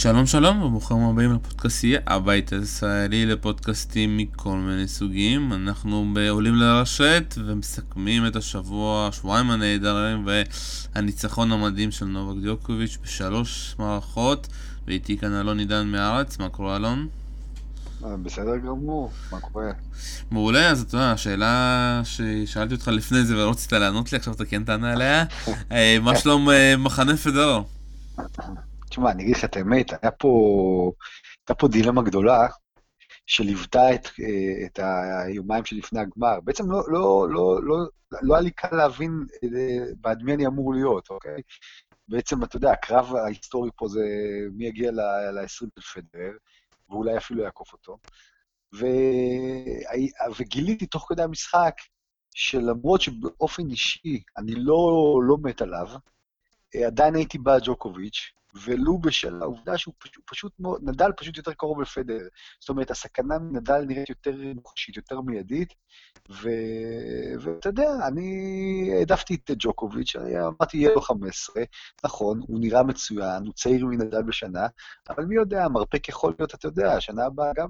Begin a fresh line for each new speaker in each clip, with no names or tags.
שלום שלום וברוכים הבאים לפודקאסטייה, הבית הישראלי לפודקאסטים מכל מיני סוגים. אנחנו עולים לרשת ומסכמים את השבוע, שבועיים הנהדרים והניצחון המדהים של נובק דיוקוביץ' בשלוש מערכות. ואיתי כאן אלון עידן מהארץ. מה קורה אלון?
בסדר גמור, מה קורה?
מעולה. אז אתה יודע, השאלה ששאלתי אותך לפני זה ולא רצית לענות לי, עכשיו אתה כן תענה עליה. מה שלום מחנה פדרר?
תשמע, אני אגיד לך את האמת, הייתה פה דילמה גדולה שליוותה את היומיים שלפני הגמר. בעצם לא היה לי קל להבין בעד מי אני אמור להיות, אוקיי? בעצם, אתה יודע, הקרב ההיסטורי פה זה מי יגיע ל-20 של פדרר, ואולי אפילו יעקוף אותו. ו... וגיליתי תוך כדי המשחק, שלמרות שבאופן אישי אני לא מת עליו, עדיין הייתי בא ג'וקוביץ', ולו בשל העובדה שהוא פשוט מאוד, נדל פשוט יותר קרוב לפדרר. זאת אומרת, הסכנה מנדל נראית יותר מוחשית, יותר מיידית, ואתה יודע, אני העדפתי את ג'וקוביץ', אמרתי, יהיה לו 15, נכון, הוא נראה מצוין, הוא צעיר מנדל בשנה, אבל מי יודע, מרפק יכול להיות, אתה יודע, השנה הבאה גם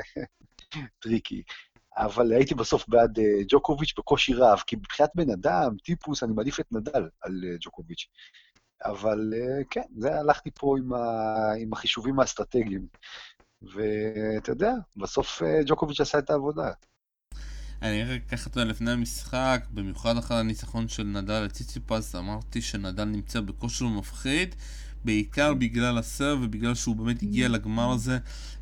טריקי. אבל הייתי בסוף בעד ג'וקוביץ' בקושי רב, כי מבחינת בן אדם, טיפוס, אני מעדיף את נדל על ג'וקוביץ'. אבל כן, זה הלכתי פה עם החישובים האסטרטגיים. ואתה יודע, בסוף ג'וקוביץ' עשה את העבודה.
אני רק ככה אתה יודע, לפני המשחק, במיוחד אחרי הניצחון של נדל לציציפס, אמרתי שנדל נמצא בכושר מפחיד, בעיקר בגלל הסרב ובגלל שהוא באמת הגיע לגמר הזה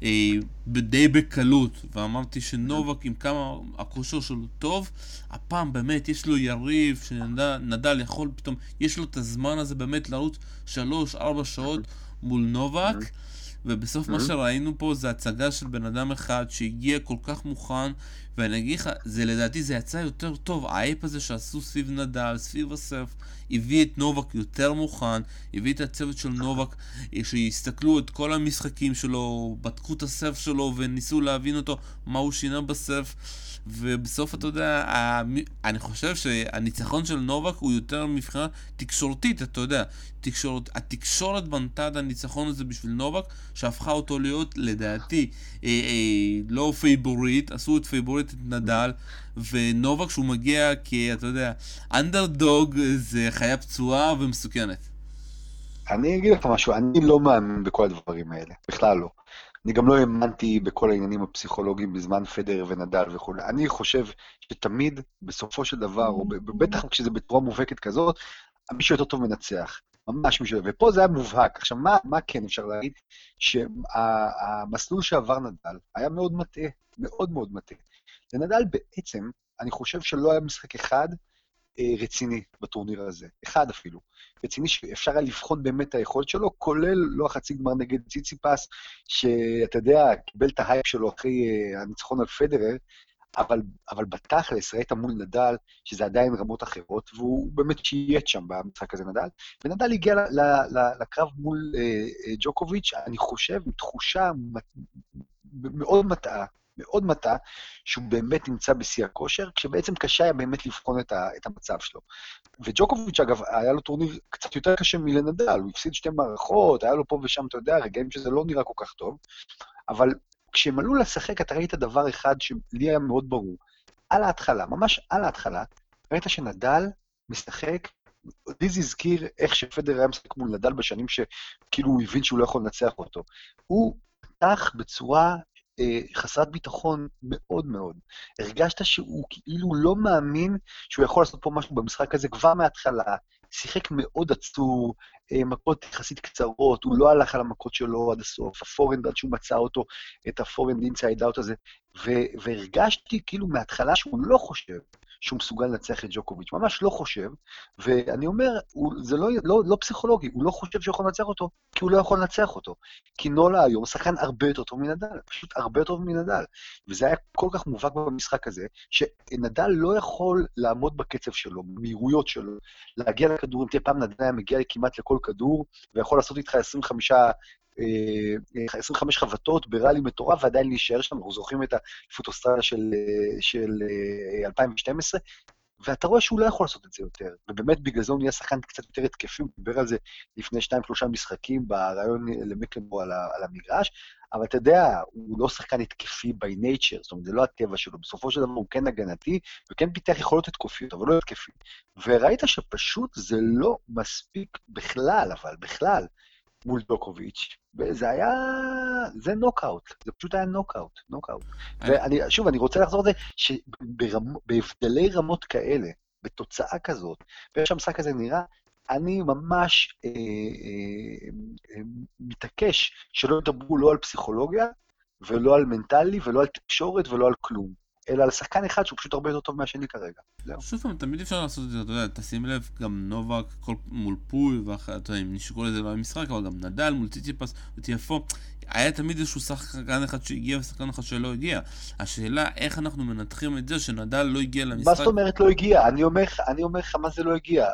די בקלות. ואמרתי שנובק, עם כמה הכושר שלו טוב, הפעם באמת יש לו יריב שנדל יכול פתאום, יש לו את הזמן הזה באמת לרוץ 3-4 שעות מול נובק. ובסוף מה שראינו פה זה הצגה של בן אדם אחד שהגיע כל כך מוכן, ואני אגיד לך, זה לדעתי זה יצא יותר טוב. האייפ הזה שעשו סביב נדל, סביב הסרף, הביא את נובק יותר מוכן, הביא את הצוות של נובק שיסתכלו את כל המשחקים שלו, בדקו את הסרף שלו וניסו להבין אותו, מה הוא שינה בסרף. ובסוף אתה יודע, אני חושב שהניצחון של נובק הוא יותר מבחינה תקשורתית, אתה יודע, התקשורת בנתה את הניצחון הזה בשביל נובק, שהפכה אותו להיות לדעתי לא פייבוריט, עשו את פייבוריט את נדל, ונובק שהוא מגיע אתה יודע, אנדרדוג, זה חיה פצועה ומסוכנת.
אני אגיד לך משהו, אני לא מאמין בכל הדברים האלה, בכלל לא. אני גם לא האמנתי בכל העניינים הפסיכולוגיים בזמן פדרר ונדל וכו'. אני חושב שתמיד, בסופו של דבר, או בטח כשזה בצורה מובהקת כזאת, מישהו יותר טוב מנצח. ממש מישהו, ופה זה היה מובהק. עכשיו, מה כן אפשר להגיד? שהמסלול שעבר נדל היה מאוד מטעה, מאוד מאוד מטעה. לנדל בעצם, אני חושב שלא היה משחק אחד רציני בטורניר הזה, אחד אפילו. רציני שאפשר היה לבחון באמת את היכולת שלו, כולל לא החצי גמר נגד ציציפס, שאתה יודע, קיבל את ההייפ שלו אחרי הניצחון על פדרר, אבל בתכלס ראית מול נדל, שזה עדיין רמות אחרות, והוא באמת שייט שם במשחק הזה נדל, ונדל הגיע לקרב מול ג'וקוביץ', אני חושב, עם תחושה מאוד מטעה, מאוד מטעה, שהוא באמת נמצא בשיא הכושר, כשבעצם קשה היה באמת לבחון את המצב שלו. וג'וקוביץ', אגב, היה לו טורניר קצת יותר קשה מלנדל, הוא הפסיד שתי מערכות, היה לו פה ושם, אתה יודע, רגעים שזה לא נראה כל כך טוב, אבל כשהם עלו לשחק, אתה ראית דבר אחד שלי היה מאוד ברור. על ההתחלה, ממש על ההתחלה, ראית שנדל משחק, לי זה הזכיר איך שפדר היה משחק מול נדל בשנים שכאילו הוא הבין שהוא לא יכול לנצח אותו. הוא פתח בצורה חסרת ביטחון מאוד מאוד. הרגשת שהוא כאילו לא מאמין שהוא יכול לעשות פה משהו במשחק הזה כבר מההתחלה. שיחק מאוד עצור, מכות יחסית קצרות, הוא לא הלך על המכות שלו עד הסוף, הפורנד עד שהוא מצא אותו, את הפורנד אינסייד אאוט הזה, והרגשתי כאילו מההתחלה שהוא לא חושב שהוא מסוגל לנצח את ג'וקוביץ', ממש לא חושב, ואני אומר, זה לא פסיכולוגי, הוא לא חושב שהוא יכול לנצח אותו, כי הוא לא יכול לנצח אותו, כי נולה היום שחקן הרבה יותר טוב מנדל, פשוט הרבה יותר טוב מנדל, וזה היה כל כך מובהק במשחק הזה, שנדל לא יכול לעמוד בקצב שלו, במהירויות שלו, להגיע לכדורים, תהיה פעם נדל היה מגיע כמעט לכל כדור, ויכול לעשות איתך 25 חבטות בראלי מטורף, ועדיין להישאר שם, אנחנו זוכרים את האליפות אוסטרליה של 2012, ואתה רואה שהוא לא יכול לעשות את זה יותר, ובאמת בגלל זה הוא נהיה שחקן קצת יותר התקפי, הוא דיבר על זה לפני 2-3 משחקים ברעיון למקלנבורג על המגרש, אבל אתה יודע, הוא לא שחקן התקפי by nature, זאת אומרת, זה לא הטבע שלו, בסופו של דבר הוא כן הגנתי, וכן פיתח יכולות התקופיות, אבל לא התקפי. וראית שפשוט זה לא מספיק בכלל, אבל בכלל, מול דוקוביץ', וזה היה, זה נוקאוט, זה פשוט היה נוקאוט, נוקאוט. ושוב, אני רוצה לחזור לזה, שבהבדלי רמות כאלה, בתוצאה כזאת, ואיך שהמשחק הזה נראה, אני ממש מתעקש שלא ידברו לא על פסיכולוגיה, ולא על מנטלי, ולא על תקשורת, ולא על כלום. אלא על שחקן אחד שהוא פשוט הרבה יותר טוב מהשני כרגע.
שוב פעם, תמיד אפשר לעשות את זה, אתה יודע, תשים לב, גם נובק מול פוי, ואתה יודע, אם נשקול את זה במשחק, אבל גם נדל מול ציציפס וטיאפו, היה תמיד איזשהו שחקן אחד שהגיע ושחקן אחד שלא הגיע. השאלה, איך אנחנו מנתחים את זה שנדל לא הגיע למשחק?
מה זאת אומרת לא הגיע? אני אומר לך מה זה לא הגיע.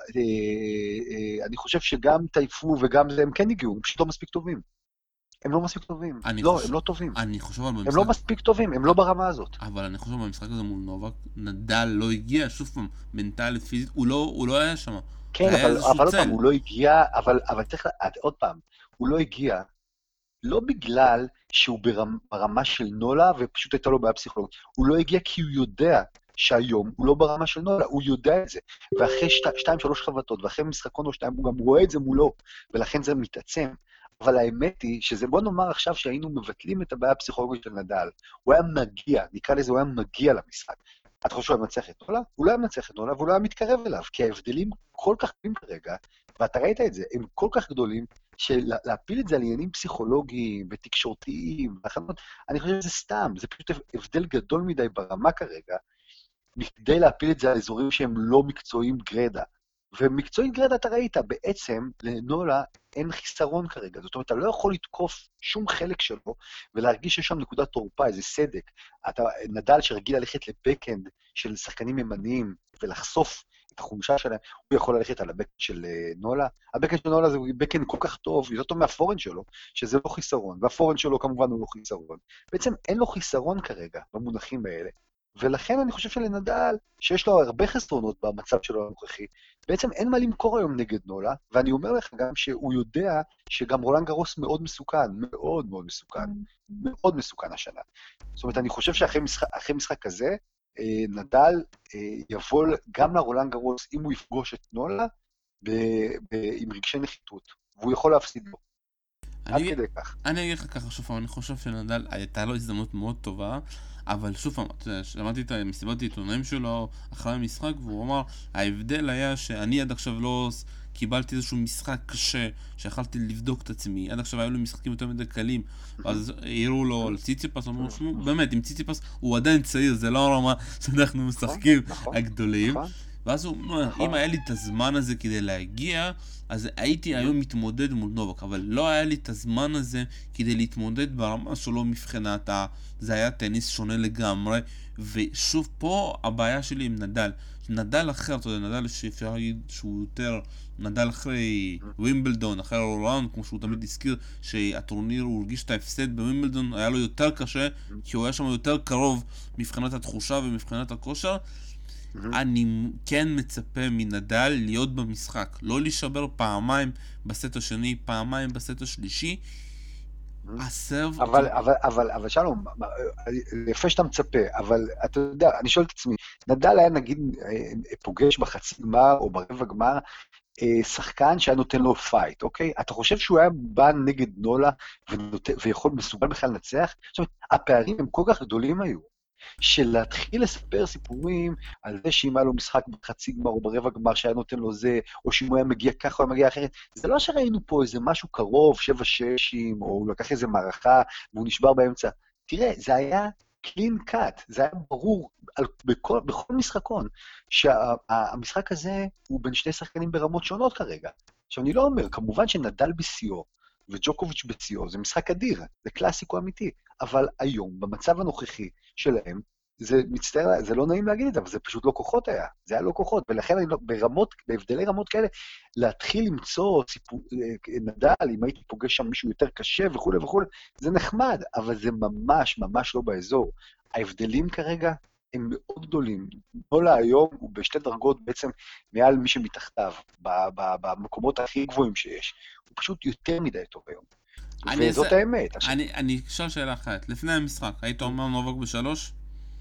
אני חושב שגם טייפו וגם זה, הם כן הגיעו, הם פשוט לא מספיק טובים. הם לא מספיק טובים. לא, הם לא טובים.
אני חושב על במשחק...
הם לא מספיק טובים, הם לא ברמה הזאת.
אבל אני חושב במשחק הזה מול נובק, נדל לא הגיע, שוב פעם, מנטלית, פיזית, הוא לא היה שם.
כן, אבל עוד פעם, הוא לא הגיע, אבל צריך, עוד פעם, הוא לא הגיע, לא בגלל שהוא ברמה של נולה, ופשוט הייתה לו בעיה פסיכולוגית. הוא לא הגיע כי הוא יודע שהיום הוא לא ברמה של נולה, הוא יודע את זה. ואחרי 2-3 חבטות, ואחרי משחקון או 2, הוא גם רואה את זה מולו, ולכן זה מתעצם. אבל האמת היא שזה, בוא נאמר עכשיו שהיינו מבטלים את הבעיה הפסיכולוגית של נדל. הוא היה מגיע, נקרא לזה, הוא היה מגיע למשחק. אתה חושב שהוא היה מנצח את נולה? הוא לא היה מנצח את נולה, והוא לא היה מתקרב אליו, כי ההבדלים כל כך גדולים כרגע, ואתה ראית את זה, הם כל כך גדולים, שלהפיל את זה על עניינים פסיכולוגיים ותקשורתיים, אני חושב שזה סתם, זה פשוט הבדל גדול מדי ברמה כרגע, כדי להפיל את זה על אזורים שהם לא מקצועיים גרדה. ומקצועית גרדה אתה ראית, בעצם לנולה אין חיסרון כרגע, זאת אומרת, אתה לא יכול לתקוף שום חלק שלו, ולהרגיש שיש שם נקודת תורפה, איזה סדק. נדל שרגיל ללכת לבקאנד של שחקנים ימניים, ולחשוף את החומשה שלהם, הוא יכול ללכת על הבקאנד של נולה. הבקאנד של נולה זה בקאנד כל כך טוב, יותר טוב מהפורנד שלו, שזה לא חיסרון, והפורנד שלו כמובן הוא לא חיסרון. בעצם אין לו חיסרון כרגע, במונחים האלה. ולכן אני חושב שלנדל, שיש לו הרבה חסרונות במצב שלו הנוכחי, בעצם אין מה למכור היום נגד נולה, ואני אומר לך גם שהוא יודע שגם רולאן גרוס מאוד מסוכן, מאוד מאוד מסוכן, מאוד מסוכן השנה. זאת אומרת, אני חושב שאחרי משחק כזה, נדל יבוא גם לרולאן גרוס, אם הוא יפגוש את נולה, עם רגשי נחיתות, והוא יכול להפסיד לו. עד כדי כך.
אני אגיד לך ככה, שוב פעם, אני חושב שנדל הייתה לו הזדמנות מאוד טובה, אבל שוב פעם, שמעתי את מסיבת העיתונאים שלו אחרי המשחק, והוא אמר, ההבדל היה שאני עד עכשיו לא קיבלתי איזשהו משחק קשה, שיכלתי לבדוק את עצמי, עד עכשיו היו לי משחקים יותר מדי קלים, ואז העירו לו על ציציפס, אמרו, באמת, עם ציציפס הוא עדיין צעיר, זה לא הרמה שאנחנו משחקים הגדולים, ואז הוא אומר, אם היה לי את הזמן הזה כדי להגיע, אז הייתי היום מתמודד מול נובק, אבל לא היה לי את הזמן הזה כדי להתמודד ברמה שלו מבחינת זה היה טניס שונה לגמרי, ושוב פה הבעיה שלי עם נדל. נדל אחר, אתה יודע, נדל שאפשר להגיד שהוא יותר נדל אחרי ווימבלדון, אחרי רולאן, כמו שהוא תמיד הזכיר שהטורניר הוא הרגיש את ההפסד בווימבלדון, היה לו יותר קשה, כי הוא היה שם יותר קרוב מבחינת התחושה ומבחינת הכושר. אני כן מצפה מנדל להיות במשחק, לא להישבר פעמיים בסט השני, פעמיים בסט השלישי.
אבל שלום, יפה שאתה מצפה, אבל אתה יודע, אני שואל את עצמי, נדל היה נגיד פוגש בחצי גמר או ברבע גמר, שחקן שהיה נותן לו פייט, אוקיי? אתה חושב שהוא היה בא נגד נולה ויכול מסוגל בכלל לנצח? זאת אומרת, הפערים הם כל כך גדולים היו. של להתחיל לספר סיפורים על זה שאם היה לו משחק בחצי גמר או ברבע גמר שהיה נותן לו זה, או שאם הוא היה מגיע ככה או היה מגיע אחרת, זה לא שראינו פה איזה משהו קרוב, 7-6, או הוא לקח איזה מערכה והוא נשבר באמצע. תראה, זה היה clean cut, זה היה ברור בכל משחקון, שהמשחק הזה הוא בין שני שחקנים ברמות שונות כרגע. עכשיו אני לא אומר, כמובן שנדל בשיאו, וג'וקוביץ' בציו, זה משחק אדיר, זה קלאסיקו אמיתי, אבל היום, במצב הנוכחי שלהם, זה מצטער, זה לא נעים להגיד את זה, אבל זה פשוט לא כוחות היה, זה היה לא כוחות, ולכן אני לא, בהבדלי רמות כאלה, להתחיל למצוא נדל, אם הייתי פוגש שם מישהו יותר קשה וכו' וכו', זה נחמד, אבל זה ממש ממש לא באזור. ההבדלים כרגע הם מאוד גדולים. נולה היום הוא בשתי דרגות בעצם מעל מי שמתחתיו, במקומות הכי גבוהים שיש. הוא פשוט יותר מדי טוב היום.
אני אעשה...
וזאת האמת. עכשיו,
אני אשאל שאלה אחת. לפני המשחק, היית אומר נובק בשלוש?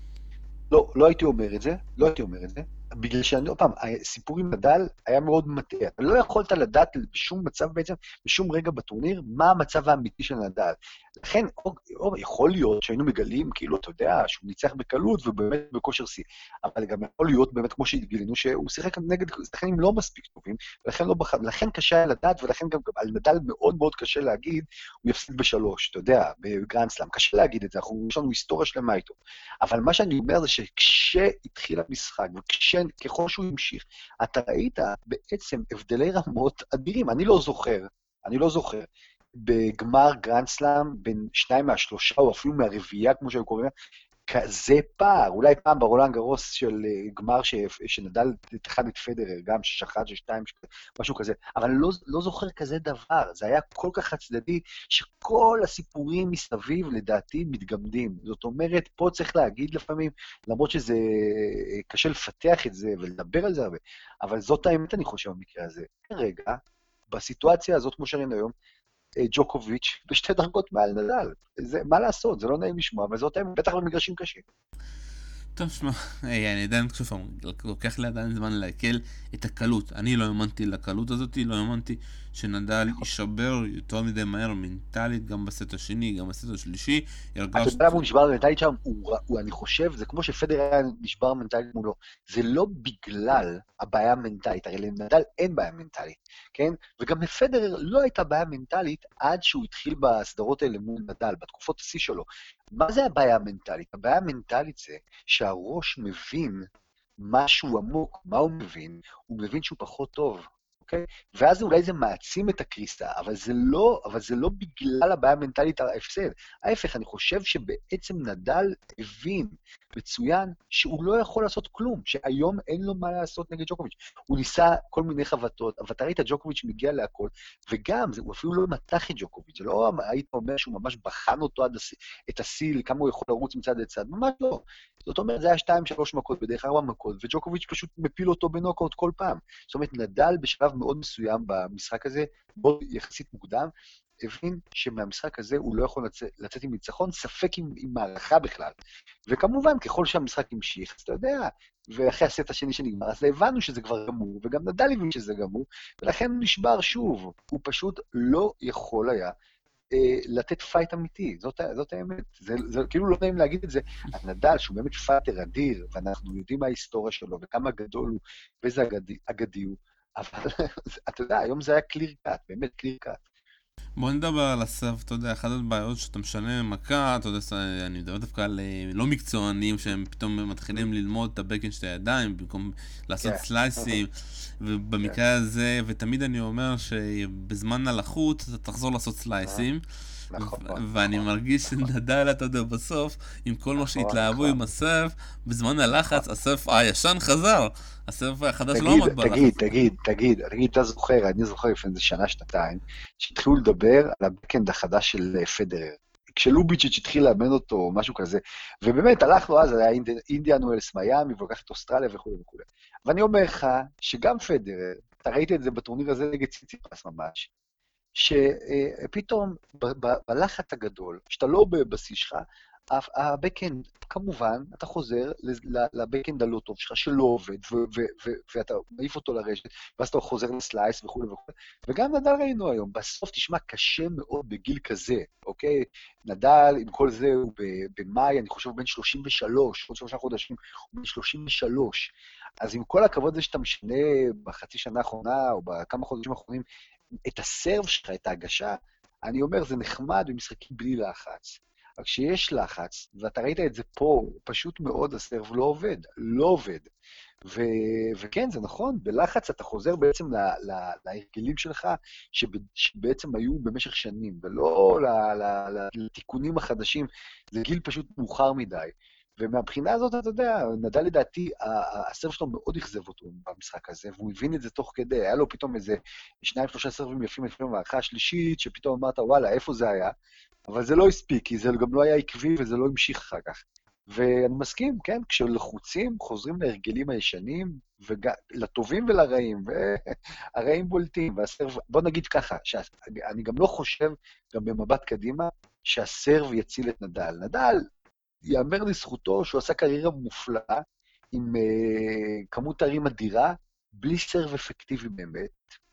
לא, לא הייתי אומר את זה, לא הייתי אומר את זה, בגלל שאני, עוד פעם, הסיפור עם נדל היה מאוד מטעה. אתה לא יכולת לדעת בשום מצב בעצם, בשום רגע בטורניר, מה המצב האמיתי של נדל. לכן, יכול להיות שהיינו מגלים, כאילו, אתה יודע, שהוא ניצח בקלות ובאמת בכושר שיא, אבל גם יכול להיות, באמת, כמו שהתגילינו, שהוא שיחק נגד שחקנים לא מספיק טובים, לכן קשה היה לדעת, ולכן גם על נדל מאוד מאוד קשה להגיד, הוא יפסיד בשלוש, אתה יודע, בגרנד סלאם. קשה להגיד את זה, יש לנו היסטוריה שלמה איתו. אבל מה שאני אומר זה שכשהתחיל המשחק, וככל שהוא המשיך, אתה ראית בעצם הבדלי רמות אדירים. אני לא זוכר, בגמר גרנד סלאם, בין שניים מהשלושה, או אפילו מהרביעייה, כמו שהיו קוראים, כזה פער, אולי פעם ברולנד גרוס של גמר שנדל אחד את פדרר, גם 6-1, 6-2, משהו כזה, אבל לא זוכר כזה דבר, זה היה כל כך הצדדי, שכל הסיפורים מסביב לדעתי מתגמדים. זאת אומרת, פה צריך להגיד לפעמים, למרות שזה קשה לפתח את זה ולדבר על זה הרבה, אבל זאת האמת אני חושב במקרה הזה. כרגע, בסיטואציה הזאת, כמו שראינו היום, ג'וקוביץ' בשתי דרגות מעל נדל. מה לעשות? זה לא נעים לשמוע, אבל זאת האמת, בטח במגרשים קשים.
טוב, שמע, אני עדיין, שוב פעם, לוקח לי עדיין זמן להקל את הקלות. אני לא האמנתי לקלות הזאת, לא האמנתי שנדל יישבר יותר מדי מהר מנטלית, גם בסט השני, גם בסט השלישי.
אתה יודע למה הוא נשבר מנטלית שם? אני חושב, זה כמו שפדר היה נשבר מנטלית מולו. זה לא בגלל הבעיה המנטלית, הרי לנדל אין בעיה מנטלית, כן? וגם לפדר לא הייתה בעיה מנטלית עד שהוא התחיל בסדרות האלה מול נדל, בתקופות השיא שלו. מה זה הבעיה המנטלית? הבעיה המנטלית זה שהראש מבין משהו עמוק. מה הוא מבין? הוא מבין שהוא פחות טוב, אוקיי? ואז אולי זה מעצים את הקריסה, אבל זה לא בגלל הבעיה המנטלית ההפסד. ההפך, אני חושב שבעצם נדל הבין מצוין שהוא לא יכול לעשות כלום, שהיום אין לו מה לעשות נגד ג'וקוביץ'. הוא ניסה כל מיני חבטות, אבל אתה ראית ג'וקוביץ' מגיע להכל, וגם, הוא אפילו לא מתח את ג'וקוביץ', זה לא היית אומר שהוא ממש בחן אותו את הסיל, כמה הוא יכול לרוץ מצד לצד, ממש לא. זאת אומרת, זה היה 2-3 מכות, בדרך 4 מכות, וג'וקוביץ' פשוט מפיל אותו בנוקאוט כל פעם. זאת אומרת, נדל בשלב מאוד מסוים במשחק הזה, מאוד יחסית מוקדם, הבין שמהמשחק הזה הוא לא יכול לצאת עם ניצחון, ספק עם מערכה בכלל. וכמובן, ככל שהמשחק המשיך, אז אתה יודע, ואחרי הסט השני שנגמר, אז הבנו שזה כבר גמור, וגם נדל הבין שזה גמור, ולכן הוא נשבר שוב. הוא פשוט לא יכול היה לתת פייט אמיתי, זאת האמת. זה כאילו לא נעים להגיד את זה. נדל, שהוא באמת פייטר אדיר, ואנחנו יודעים מה ההיסטוריה שלו, וכמה גדול הוא, ואיזה אגדי הוא, אבל אתה יודע, היום זה היה קליר קאט, באמת קליר קאט.
בוא נדבר על הסרף, אתה יודע, אחת הבעיות שאתה משנה מכה, אתה יודע, אני מדבר דווקא על לא מקצוענים שהם פתאום מתחילים ללמוד את הבקן שתי הידיים במקום לעשות סלייסים, ובמקרה הזה, ותמיד אני אומר שבזמן הלחות אתה תחזור לעשות סלייסים, ואני מרגיש שנדל, אתה יודע, בסוף, עם כל מה שהתלהבו עם הסרף, בזמן הלחץ, הסרף הישן חזר, הסרף החדש לא עמד בלחץ.
תגיד, אתה זוכר, אני זוכר לפני איזה שנה, שנתיים, שהתחילו לדבר על הבקאנד החדש של פדרר. כשלוביצ'יץ' התחיל לאמן אותו, או משהו כזה, ובאמת הלכנו אז, היה אינדיאן ווילס מיאמי, ולוקח את אוסטרליה וכו' וכו'. ואני אומר לך, שגם פדרר, אתה ראית את זה בטורניר הזה נגד ציציפס ממש, שפתאום בלחץ הגדול, שאתה לא בבסיס שלך, הבקאנד, כמובן, אתה חוזר לבקאנד הלא טוב שלך, שלא עובד, ואתה מעיף אותו לרשת, ואז אתה חוזר לסלייס וכו' וכו'. וגם נדל ראינו היום, בסוף תשמע קשה מאוד בגיל כזה, אוקיי? נדל, עם כל זה, הוא במאי, אני חושב, בין 33, עוד 3 חודשים, הוא בין 33. אז עם כל הכבוד זה שאתה משנה בחצי שנה האחרונה, או בכמה חודשים האחרונים, את הסרב שלך, את ההגשה, אני אומר, זה נחמד במשחקים בלי לחץ. רק שיש לחץ, ואתה ראית את זה פה, פשוט מאוד, הסרב לא עובד, לא עובד. וכן, זה נכון, בלחץ אתה חוזר בעצם להרגלים שלך, שבעצם היו במשך שנים, ולא לתיקונים החדשים, זה גיל פשוט מאוחר מדי. ומהבחינה הזאת, אתה יודע, נדל לדעתי, הסרב שלו מאוד אכזב אותו במשחק הזה, והוא הבין את זה תוך כדי, היה לו פתאום איזה 2-3 סרבים יפים לפעמים במערכה השלישית, שפתאום אמרת, וואלה, איפה זה היה? אבל זה לא הספיק, כי זה גם לא היה עקבי וזה לא המשיך אחר כך. ואני מסכים, כן, כשלחוצים חוזרים להרגלים הישנים, לטובים ולרעים, והרעים בולטים, בוא נגיד ככה, אני גם לא חושב, גם במבט קדימה, שהסרב יציל את נדל. נדל, יאמר לזכותו שהוא עשה קריירה מופלאה, עם כמות תארים אדירה, בלי סרב אפקטיבי באמת,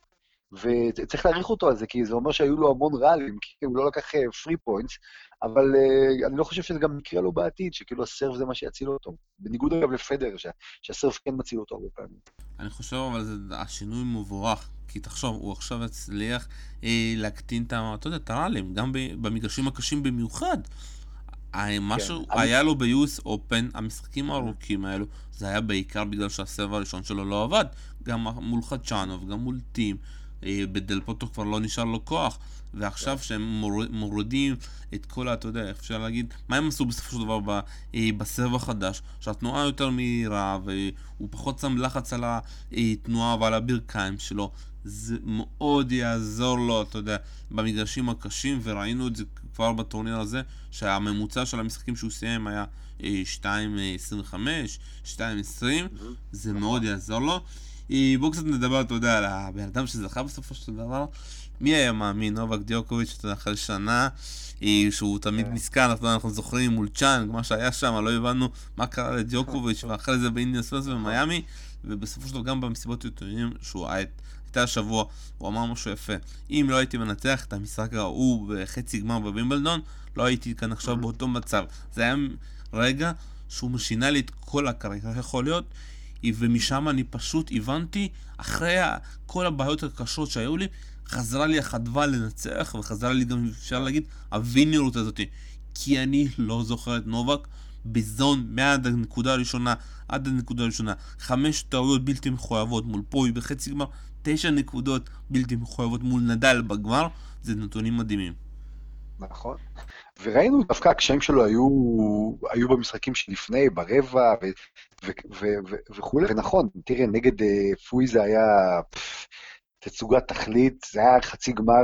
וצריך להעריך אותו על זה, כי זה אומר שהיו לו המון ראלים, כי הוא לא לקח פרי פוינטס, אבל אני לא חושב שזה גם יקרה לו בעתיד, שכאילו הסרף זה מה שיציל אותו. בניגוד אגב לפדר, שהסרף כן מציל אותו הרבה פעמים.
אני חושב אבל השינוי מבורך, כי תחשוב, הוא עכשיו הצליח להקטין אתה יודע, את הראלים, גם במגרשים הקשים במיוחד.
כן.
משהו היה לו ב-US Open, המשחקים הארוכים האלו, זה היה בעיקר בגלל שהסרב הראשון שלו לא עבד. גם מול חדשנוב, גם מול טים, בדל פוטו כבר לא נשאר לו כוח, ועכשיו שהם מורידים את כל אתה יודע, אפשר להגיד, מה הם עשו בסופו של דבר בסרב החדש, שהתנועה יותר מהירה, והוא פחות שם לחץ על התנועה ועל הברכיים שלו, זה מאוד יעזור לו, אתה יודע, במגרשים הקשים, וראינו את זה כבר בטורניר הזה, שהממוצע של המשחקים שהוא סיים היה 2.25, 2.20, זה מאוד יעזור לו. בואו קצת נדבר, אתה יודע, על הבן אדם שזכה בסופו של דבר. מי היה מאמין? נובק דיוקוביץ', אתה יודע, אחרי שנה, שהוא תמיד נזכר, אנחנו זוכרים מול צ'אנג, מה שהיה שם, לא הבנו מה קרה לדיוקוביץ', ואחרי זה באינדיאנס ווילס ובמיאמי, ובסופו של דבר גם במסיבות עיתונאים שהוא הייתה השבוע, הוא אמר משהו יפה. אם לא הייתי מנצח את המשחק ההוא בחצי גמר בווימבלדון, לא הייתי כאן עכשיו באותו מצב. זה היה רגע שהוא משינה לי את כל הקריירה, יכול להיות, ומשם אני פשוט הבנתי, אחרי כל הבעיות הקשות שהיו לי, חזרה לי החדווה לנצח, וחזרה לי גם, אפשר להגיד, הוויניות הזאת. כי אני לא זוכר את נובק בזון מהעד הנקודה הראשונה עד הנקודה הראשונה. 5 טעויות בלתי מחויבות מול פוי בחצי גמר, 9 נקודות בלתי מחויבות מול נדל בגמר, זה נתונים מדהימים.
נכון. וראינו דווקא הקשיים שלו היו במשחקים שלפני, ברבע וכו'. ונכון, תראה, נגד פוי זה היה תצוגת תכלית, זה היה חצי גמר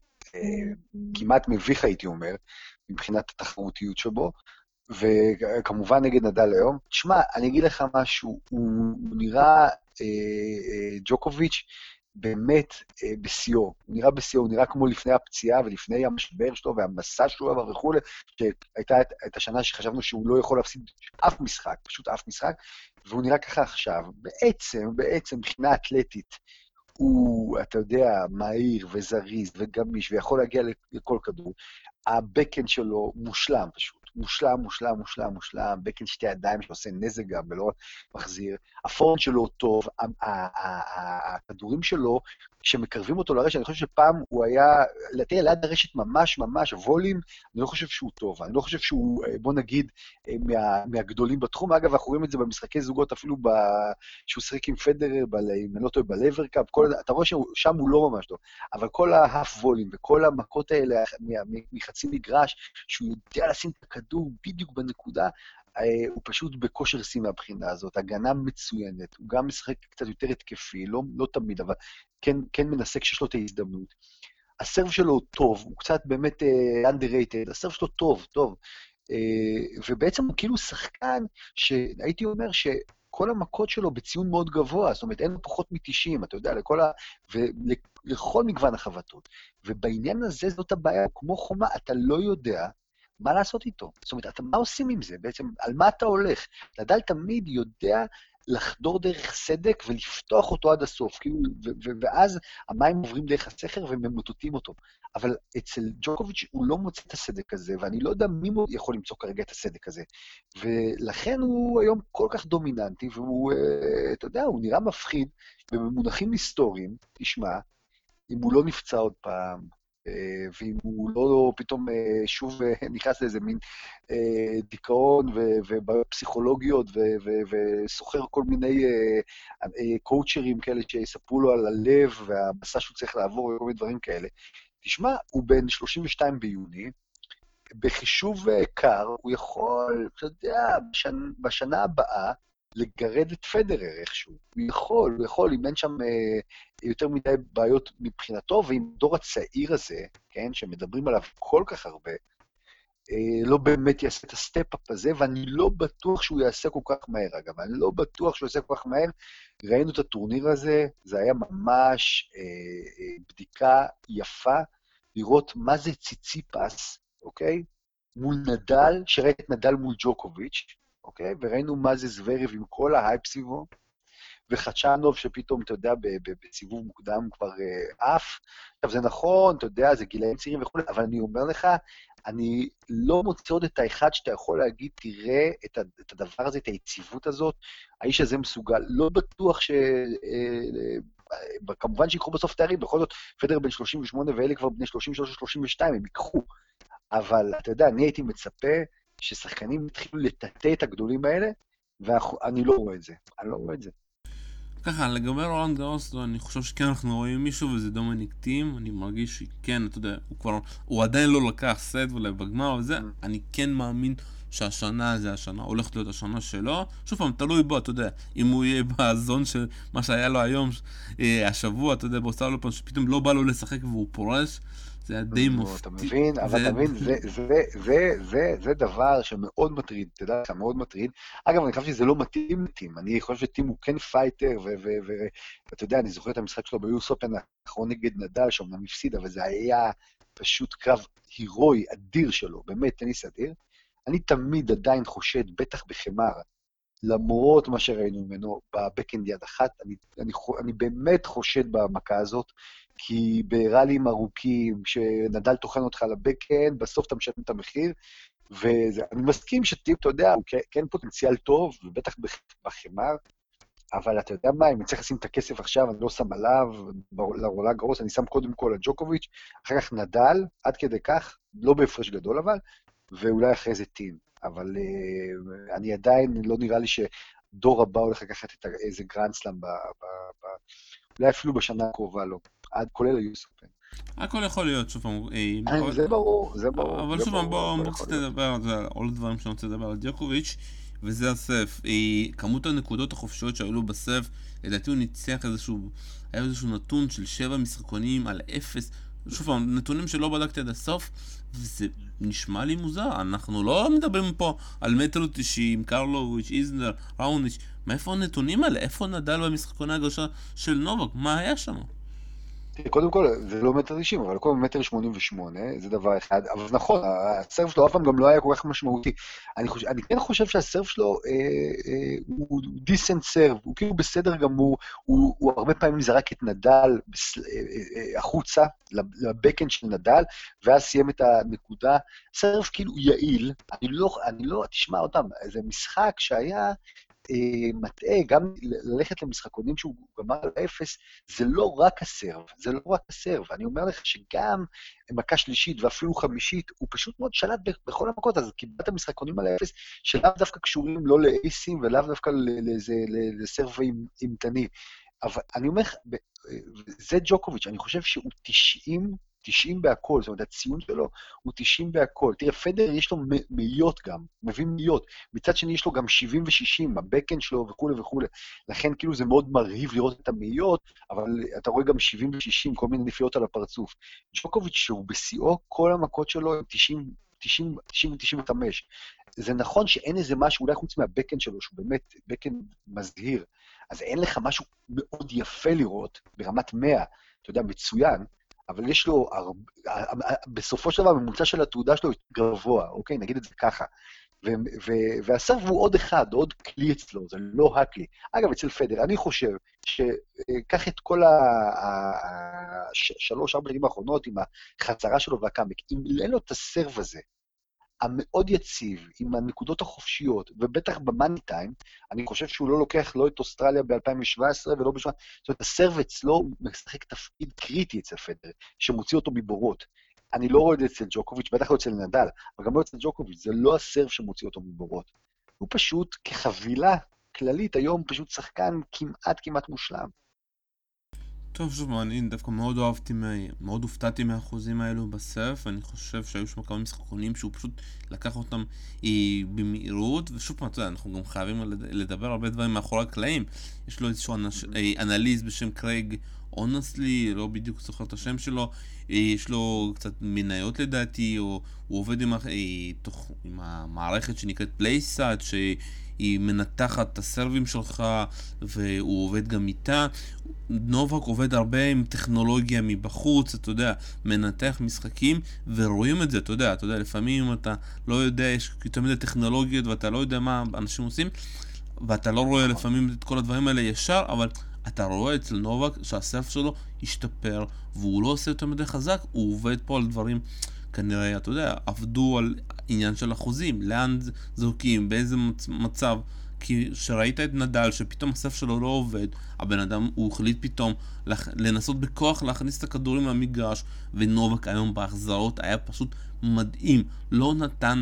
כמעט מביך, הייתי אומר, מבחינת התחרותיות שבו, וכמובן נגד נדל היום. תשמע, אני אגיד לך משהו, הוא נראה ג'וקוביץ' באמת בשיאו, הוא נראה בשיאו, הוא נראה כמו לפני הפציעה ולפני המשבר שלו והמסע שלו וכו', שהייתה את השנה שחשבנו שהוא לא יכול להפסיד אף משחק, פשוט אף משחק, והוא נראה ככה עכשיו. בעצם מבחינה אתלטית, הוא, אתה יודע, מהיר וזריז וגמיש ויכול להגיע לכל כדור. הבקן שלו מושלם פשוט. מושלם, בקן שתי ידיים שעושה נזק גם ולא מחזיר, הפורנד שלו טוב, הכדורים שלו, שמקרבים אותו לרשת, אני חושב שפעם הוא היה, תראה, ליד הרשת ממש, ווולים, אני לא חושב שהוא טוב, אני לא חושב שהוא, בוא נגיד, מהגדולים בתחום, אגב, אנחנו רואים את זה במשחקי זוגות, אפילו שהוא שחק עם פדרר, אם אני לא טועה, בלברקאפ, אתה רואה ששם הוא לא ממש טוב, אבל כל ההאף וולים וכל המכות האלה מחצי מגרש, שהוא יודע לשים את הכדור בדיוק בנקודה, הוא פשוט בכושר שיא מהבחינה הזאת, הגנה מצוינת, הוא גם משחק קצת יותר התקפי, לא תמיד, אבל כן מנסה כשיש לו את ההזדמנות. הסרב שלו הוא טוב, הוא קצת באמת underrated, הסרב שלו טוב, ובעצם הוא כאילו שחקן שהייתי אומר כל המכות שלו בציון מאוד גבוה, זאת אומרת, אין לו פחות מ-90, אתה יודע, לכל מגוון החבטות. ובעניין הזה זאת הבעיה, כמו חומה, אתה לא יודע מה לעשות איתו. זאת אומרת, מה עושים עם זה? בעצם, על מה אתה הולך? נדל תמיד יודע לחדור דרך סדק ולפתוח אותו עד הסוף, כאילו, ואז המים עוברים דרך הסכר וממוטטים אותו. אבל אצל ג'וקוביץ' הוא לא מוצא את הסדק הזה, ואני לא יודע מי יכול למצוא כרגע את הסדק הזה. ולכן הוא היום כל כך דומיננטי, והוא, אתה יודע, הוא נראה מפחיד, ובמונחים היסטוריים, תשמע, אם הוא לא נפצע עוד פעם, ואם הוא לא פתאום שוב נכנס לאיזה מין דיכאון ובעיות פסיכולוגיות וסוחר כל מיני קואוצ'רים כאלה שיספרו לו על הלב והמסע שהוא צריך לעבור וכל מיני דברים כאלה. תשמע, הוא בן 32 ביוני, בחישוב קר, הוא יכול, אתה יודע, בשנה הבאה, לגרד את פדרר איכשהו. הוא יכול, אם אין שם יותר מדי בעיות מבחינתו, ועם דור הצעיר הזה, כן, שמדברים עליו כל כך הרבה, לא באמת יעשה את הסטפ-אפ הזה, ואני לא בטוח שהוא יעשה כל כך מהר, אגב, אני לא בטוח שהוא יעשה כל כך מהר. ראינו את הטורניר הזה, זה היה ממש בדיקה יפה, לראות מה זה ציציפס, אוקיי? מול נדל, שראית את נדל מול ג'וקוביץ', אוקיי? וראינו מה זה זוורב עם כל ההייפ סביבו, וחדשנוב שפתאום, אתה יודע, בסיבוב מוקדם כבר עף. עכשיו, זה נכון, אתה יודע, זה גילאים צעירים וכו', אבל אני אומר לך, אני לא מוצא עוד את האחד שאתה יכול להגיד, תראה את הדבר הזה, את היציבות הזאת, האיש הזה מסוגל. לא בטוח כמובן שיקחו בסוף תארים, בכל זאת, פדר בן 38 ואלה כבר בני 33-32, הם ייקחו. אבל, אתה יודע, אני הייתי מצפה ששחקנים יתחילו לטאטא את הגדולים האלה, ואני לא רואה את זה. אני לא רואה את זה.
ככה, לגבי רולנד גארוס, אני חושב שכן אנחנו רואים מישהו, וזה דומיניק טים. אני מרגיש שכן, אתה יודע, הוא עדיין לא לקח סט אולי בגמר, וזה, אני כן מאמין שהשנה זה השנה, הולכת להיות השנה שלו. שוב פעם, תלוי בו, אתה יודע, אם הוא יהיה בזון של מה שהיה לו היום, השבוע, אתה יודע, באוסטרליה, שפתאום לא בא לו לשחק והוא פורש, זה היה די מפתיע.
אתה מבין, אבל אתה מבין, זה דבר שמאוד מטריד, אתה יודע, זה מאוד מטריד. אגב, אני חושב שזה לא מתאים לטים, אני חושב שטים הוא כן פייטר, ואתה יודע, אני זוכר את המשחק שלו ביוס אופן האחרון נגד נדל, שאומנם הפסיד, אבל זה היה פשוט קרב הירואי, אדיר שלו, באמת טניס אדיר. אני תמיד עדיין חושד, בטח בחמר, למרות מה שראינו ממנו בבקאנד יד אחת, אני באמת חושד במכה הזאת, כי בראלים ארוכים, כשנדל תוכן אותך לבקאנד, בסוף אתה משלם את המחיר, ואני מסכים שטים, אתה יודע, הוא כן פוטנציאל טוב, ובטח בחמר, אבל אתה יודע מה, אם אני צריך לשים את הכסף עכשיו, אני לא שם עליו, לרולנד גארוס, אני שם קודם כל על ג'וקוביץ', אחר כך נדל, עד כדי כך, לא בהפרש גדול אבל, ואולי אחרי זה טים. אבל אני עדיין, לא נראה לי שדור הבא הולך לקחת איזה גרנדסלאם, אולי אפילו בשנה הקרובה לא, כולל היוס אופן.
הכל יכול להיות, שוב פעם.
זה ברור, זה ברור.
אבל שוב פעם, בואו קצת נדבר על זה, עוד דברים שאני רוצה לדבר על דיוקוביץ', וזה הסף. כמות הנקודות החופשיות שהיו בסף, לדעתי הוא ניצח היה איזשהו נתון של 7 משחקונים על 0. שוב פעם, נתונים שלא בדקתי עד הסוף, וזה נשמע לי מוזר. אנחנו לא מדברים פה על מטר 90, קרלוביץ', איזנר, ראוניץ'. מאיפה הנתונים האלה? איפה נדל במשחקוני הגרשה של נובק? מה היה שם?
קודם כל, זה לא 1.90 אבל קודם 1.88 זה דבר אחד, אבל נכון, הסרף שלו אף פעם גם לא היה כל כך משמעותי. אני כן חושב שהסרף שלו הוא דיסנט סרף, הוא כאילו בסדר גמור, הוא הרבה פעמים זרק את נדל החוצה, לבקאנד של נדל, ואז סיים את הנקודה. סרף כאילו יעיל, אני לא, תשמע אותם, זה משחק שהיה מטעה, גם ללכת למשחקונים שהוא גמר על 0, זה לא רק הסרב, זה לא רק הסרב. אני אומר לך שגם מכה שלישית ואפילו חמישית, הוא פשוט מאוד שלט בכל המכות, אז קיבלת משחקונים על 0, שלאו דווקא קשורים לא לאייסים ולאו דווקא לסרב אימתני. אבל אני אומר לך, זה ג'וקוביץ', אני חושב שהוא 90 בהכל, זאת אומרת, הציון שלו הוא 90 בהכל. תראה, פדר יש לו מאיות גם, מביא מאיות. מצד שני יש לו גם 70 ו-60, הבקאנד שלו וכו' וכו'. לכן כאילו זה מאוד מרהיב לראות את המאיות, אבל אתה רואה גם 70 ו-60, כל מיני נפילות על הפרצוף. ג'וקוביץ' שהוא בשיאו, כל המכות שלו הם 90 ו-95. זה נכון שאין איזה משהו, אולי חוץ מהבקאנד שלו, שהוא באמת בקאנד מזהיר, אז אין לך משהו מאוד יפה לראות, ברמת 100, אתה יודע, מצוין, אבל יש לו, בסופו של דבר, הממוצע של התעודה שלו גבוה, אוקיי? נגיד את זה ככה. והסרף הוא עוד אחד, עוד כלי אצלו, זה לא הכלי. אגב, אצל פדר, אני חושב שקח את כל 3-4 שנים האחרונות עם החזרה שלו והקאמבק, אם אין לו את הסרף הזה, המאוד יציב, עם הנקודות החופשיות, ובטח במאני טיים, אני חושב שהוא לא לוקח לא את אוסטרליה ב-2017 ולא בשביל... זאת אומרת, הסרב אצלו משחק תפקיד קריטי אצל פדר, שמוציא אותו מבורות. אני לא רואה את זה אצל ג'וקוביץ', בטח לא אצל נדל, אבל גם לא אצל ג'וקוביץ', זה לא הסרב שמוציא אותו מבורות. הוא פשוט, כחבילה כללית, היום פשוט שחקן כמעט מושלם.
טוב, שוב, אני דווקא מאוד אהבתי, מאוד הופתעתי מהאחוזים האלו בסרף, ואני חושב שהיו שם כמה משחקונים שהוא פשוט לקח אותם במהירות, ושוב פעם, אתה יודע, אנחנו גם חייבים לדבר הרבה דברים מאחורי הקלעים. יש לו איזשהו אנליסט בשם קרייג אונסלי, לא בדיוק זוכר את השם שלו, יש לו קצת מניות לדעתי, או הוא עובד עם המערכת שנקראת פלייסאט, שהיא מנתחת את הסרבים שלך, והוא עובד גם איתה. נובק עובד הרבה עם טכנולוגיה מבחוץ, אתה יודע, מנתח משחקים, ורואים את זה, אתה יודע, לפעמים אתה לא יודע, יש יותר מדי טכנולוגיות, ואתה לא יודע מה אנשים עושים, ואתה לא רואה לפעמים את כל הדברים האלה ישר, אבל אתה רואה אצל נובק שהסרף שלו השתפר, והוא לא עושה יותר מדי חזק, הוא עובד פה על דברים, כנראה, אתה יודע, עבדו על עניין של אחוזים, לאן זורקים, באיזה מצב, כי שראית את נדל שפתאום הסף שלו לא עובד, הבן אדם הוא החליט פתאום לנסות בכוח להכניס את הכדורים למגרש, ונובק היום בהחזרות היה פשוט מדהים, לא נתן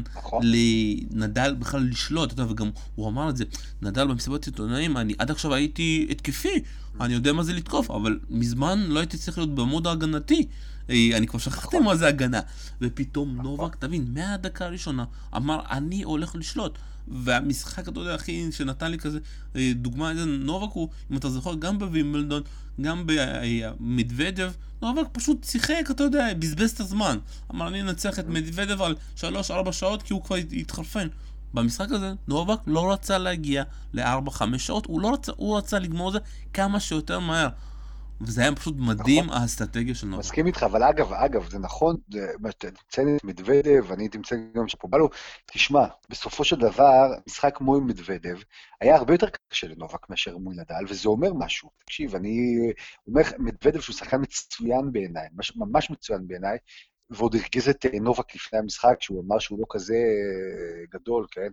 לנדל בכלל לשלוט, אתה יודע, וגם הוא אמר את זה, נדל במסיבת עיתונאים, אני עד עכשיו הייתי התקפי, אני יודע מה זה לתקוף, אבל מזמן לא הייתי צריך להיות במוד ההגנתי, אני כבר שכחתי מה זה הגנה, ופתאום נובק, תבין, מהדקה הראשונה אמר אני הולך לשלוט, והמשחק, אתה יודע, הכי שנתן לי כזה דוגמה, נובק הוא, אם אתה זוכר, גם בווימבלדון, גם במדוודב, נובק פשוט שיחק, אתה יודע, בזבז את הזמן. אמר, אני אנצח את מדוודב על 3-4 שעות, כי הוא כבר התחרפן. במשחק הזה, נובק לא רצה להגיע ל4-5 שעות, הוא רצה לגמור זה כמה שיותר מהר. וזה היה פשוט מדהים, האסטרטגיה של נובק.
מסכים איתך, אבל אגב, זה נכון, תמצא את מדוודב, אני תמצא גם שפובלו, תשמע, בסופו של דבר, משחק כמו עם מדוודב, היה הרבה יותר קשה לנובק מאשר מול נדל, וזה אומר משהו. תקשיב, אני אומר, מדוודב שהוא שחקן מצוין בעיניי, ממש מצוין בעיניי, ועוד הרגיז את נובק לפני המשחק, שהוא אמר שהוא לא כזה גדול, כן,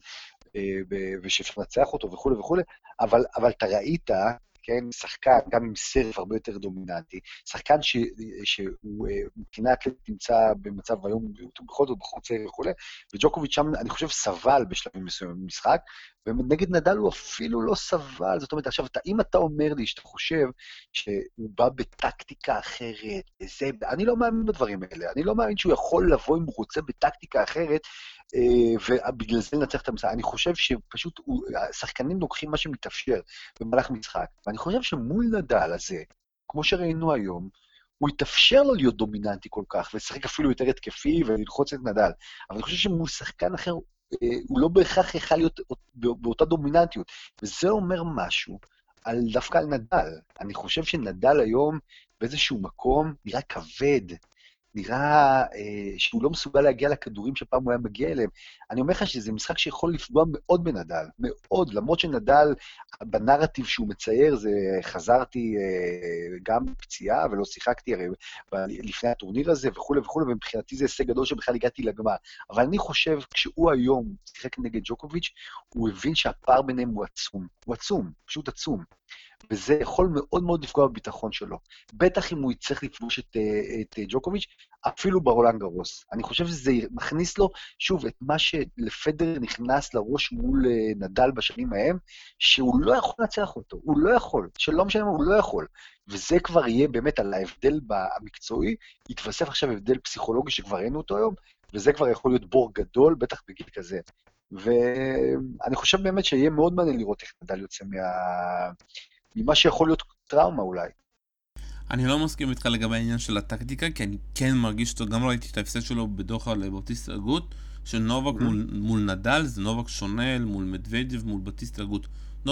ושאפשר לנצח אותו וכו' וכו', אבל אתה ראית, כן, שחקן, גם עם סרף הרבה יותר דומיננטי, שחקן שהוא מבחינה אתלטית נמצא במצב היום, בכל זאת בחוץ וכו', וג'וקוביץ' שם, אני חושב, סבל בשלבים מסוימים במשחק, ונגד נדל הוא אפילו לא סבל, זאת אומרת, עכשיו, אם אתה אומר לי שאתה חושב שהוא בא בטקטיקה אחרת, אני לא מאמין בדברים האלה, אני לא מאמין שהוא יכול לבוא אם הוא רוצה בטקטיקה אחרת, ובגלל זה לנצח את המשחק. אני חושב שפשוט השחקנים לוקחים מה שמתאפשר במהלך משחק, ואני חושב שמול נדל הזה, כמו שראינו היום, הוא יתאפשר לו להיות דומיננטי כל כך, ולשחק אפילו יותר התקפי וללחוץ את נדל. אבל אני חושב שמול שחקן אחר, הוא לא בהכרח יכל להיות באותה דומיננטיות. וזה אומר משהו דווקא על נדל. אני חושב שנדל היום באיזשהו מקום נראה כבד, נראה שהוא לא מסוגל להגיע לכדורים שפעם הוא היה מגיע אליהם. אני אומר לך שזה משחק שיכול לפגוע מאוד בנדל, מאוד, למרות שנדל, בנרטיב שהוא מצייר, זה חזרתי גם פציעה, ולא שיחקתי הרי לפני הטורניר הזה וכו' וכו', ומבחינתי זה הישג גדול שבכלל הגעתי לגמר. אבל אני חושב, כשהוא היום שיחק נגד ג'וקוביץ', הוא הבין שהפער ביניהם הוא עצום, הוא עצום, פשוט עצום. וזה יכול מאוד מאוד לפגוע בביטחון שלו. בטח אם הוא יצטרך לפגוש את ג'וקוביץ', אפילו ברולאן גארוס. אני חושב שזה מכניס לו, שוב, את מה שלפדר נכנס לראש מול נדל בשנים ההם, שהוא לא יכול לנצח אותו, הוא לא יכול, שלא משנה, הוא לא יכול. וזה כבר יהיה באמת על ההבדל המקצועי, יתווסף עכשיו הבדל פסיכולוגי שכבר ראינו אותו היום, וזה כבר יכול להיות בור גדול, בטח בגיל כזה. ואני חושב באמת שיהיה מאוד מעניין לראות איך נדל יוצא ממה שיכול להיות טראומה אולי.
אני לא מסכים איתך לגבי העניין של הטקטיקה, כי אני כן מרגיש אותו, גם ראיתי את ההפסד שלו בדוחה לבטיסטה אגוט, של נובק מול נדל, זה נובק שונה מול מדוודב, מול בטיסטה אגוט.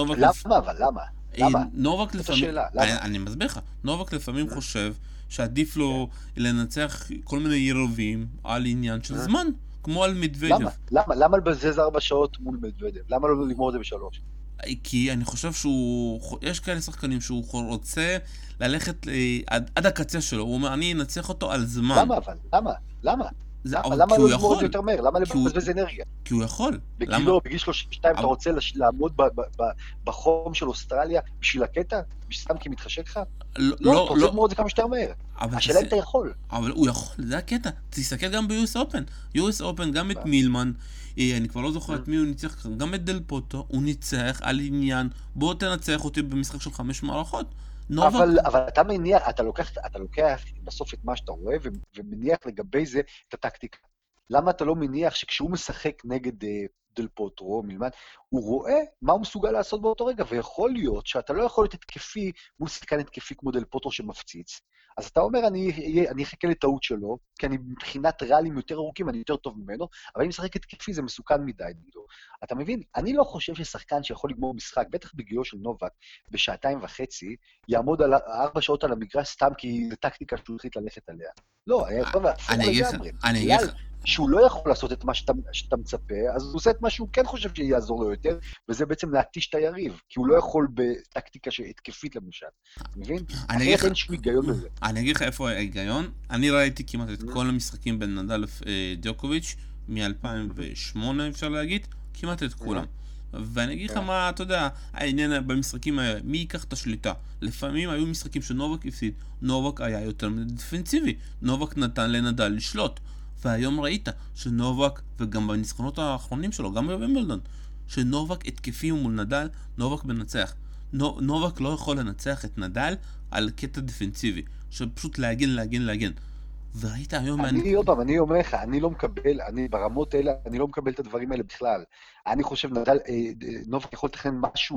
למה?
נובק לפעמים, אני מסביר לך, נובק לפעמים חושב שעדיף לו לנצח כל מיני יריבים על עניין של זמן, כמו על מדוודב.
למה לבזבז 4 שעות מול מדוודב? למה לא לגמור את זה ב3?
כי אני חושב יש כאלה שחקנים שהוא רוצה ללכת עד הקצה שלו, הוא אומר, אני אנצח אותו על זמן.
למה אבל? למה לא לגמור את זה יותר מהר? למה לבזבז אנרגיה?
כי הוא יכול.
בגיל 32 אתה רוצה לעמוד בחום של אוסטרליה בשביל הקטע? סתם כי מתחשק לך? לא, אתה רוצה לגמור את זה כמה שיותר מהר. השאלה אם אתה יכול.
אבל הוא יכול, זה הקטע. תסתכל גם ב-US Open. US Open, גם את מילמן, אני כבר לא זוכר את מי הוא ניצח, גם את דל פוטו, הוא ניצח על עניין, בוא תנצח אותי במשחק של 5 מערכות.
אבל אתה מניח, אתה לוקח בסוף את מה שאתה רואה, ומניח לגבי זה את הטקטיקה. למה אתה לא מניח שכשהוא משחק נגד דל פוטרו, מלמד, הוא רואה מה הוא מסוגל לעשות באותו רגע, ויכול להיות שאתה לא יכול להיות התקפי מול שחקן התקפי כמו דל פוטרו שמפציץ, אז אתה אומר, אני אחכה לטעות שלו, כי אני מבחינת ריאלים יותר ארוכים, אני יותר טוב ממנו, אבל אם משחק התקפי זה מסוכן מדי נגדו. אתה מבין? אני לא חושב ששחקן שיכול לגמור משחק, בטח בגילו של נובק, בשעתיים וחצי, יעמוד על 4 שעות על המגרש סתם כי זו טקטיקה שהוא החליט ללכת עליה. לא, היה יכול להפוך לגמרי. בגלל שהוא לא יכול לעשות את מה שאתה מצפה, אז הוא עושה את מה שהוא כן חושב שיעזור לו יותר, וזה בעצם להתיש את היריב, כי הוא לא יכול בטקטיקה התקפית למשל. מבין? אחרת אין שום היגיון בזה.
אני אגיד לך איפה ההיגיון. אני ראיתי כמעט את כל המשחקים בין נדל דיוקוביץ' מ-2008 אפשר להגיד, כמעט את כולם. ואני אגיד לך מה, אתה יודע, העניין במשחקים האלה, מי ייקח את השליטה? לפעמים היו משחקים שנובק הפסיד, נובק היה יותר דפנסיבי, נובק נתן לנדל לשלוט. והיום ראית שנובק, וגם בניצחונות האחרונים שלו, גם בווימבלדון, שנובק התקפי מול נדל, נובק מנצח. נובק לא יכול לנצח את נדל על קטע דפנסיבי, שפשוט להגן. וראית היום...
אני אומר לך, אני לא מקבל, ברמות האלה, אני לא מקבל את הדברים האלה בכלל. אני חושב, נובק יכול לתכנן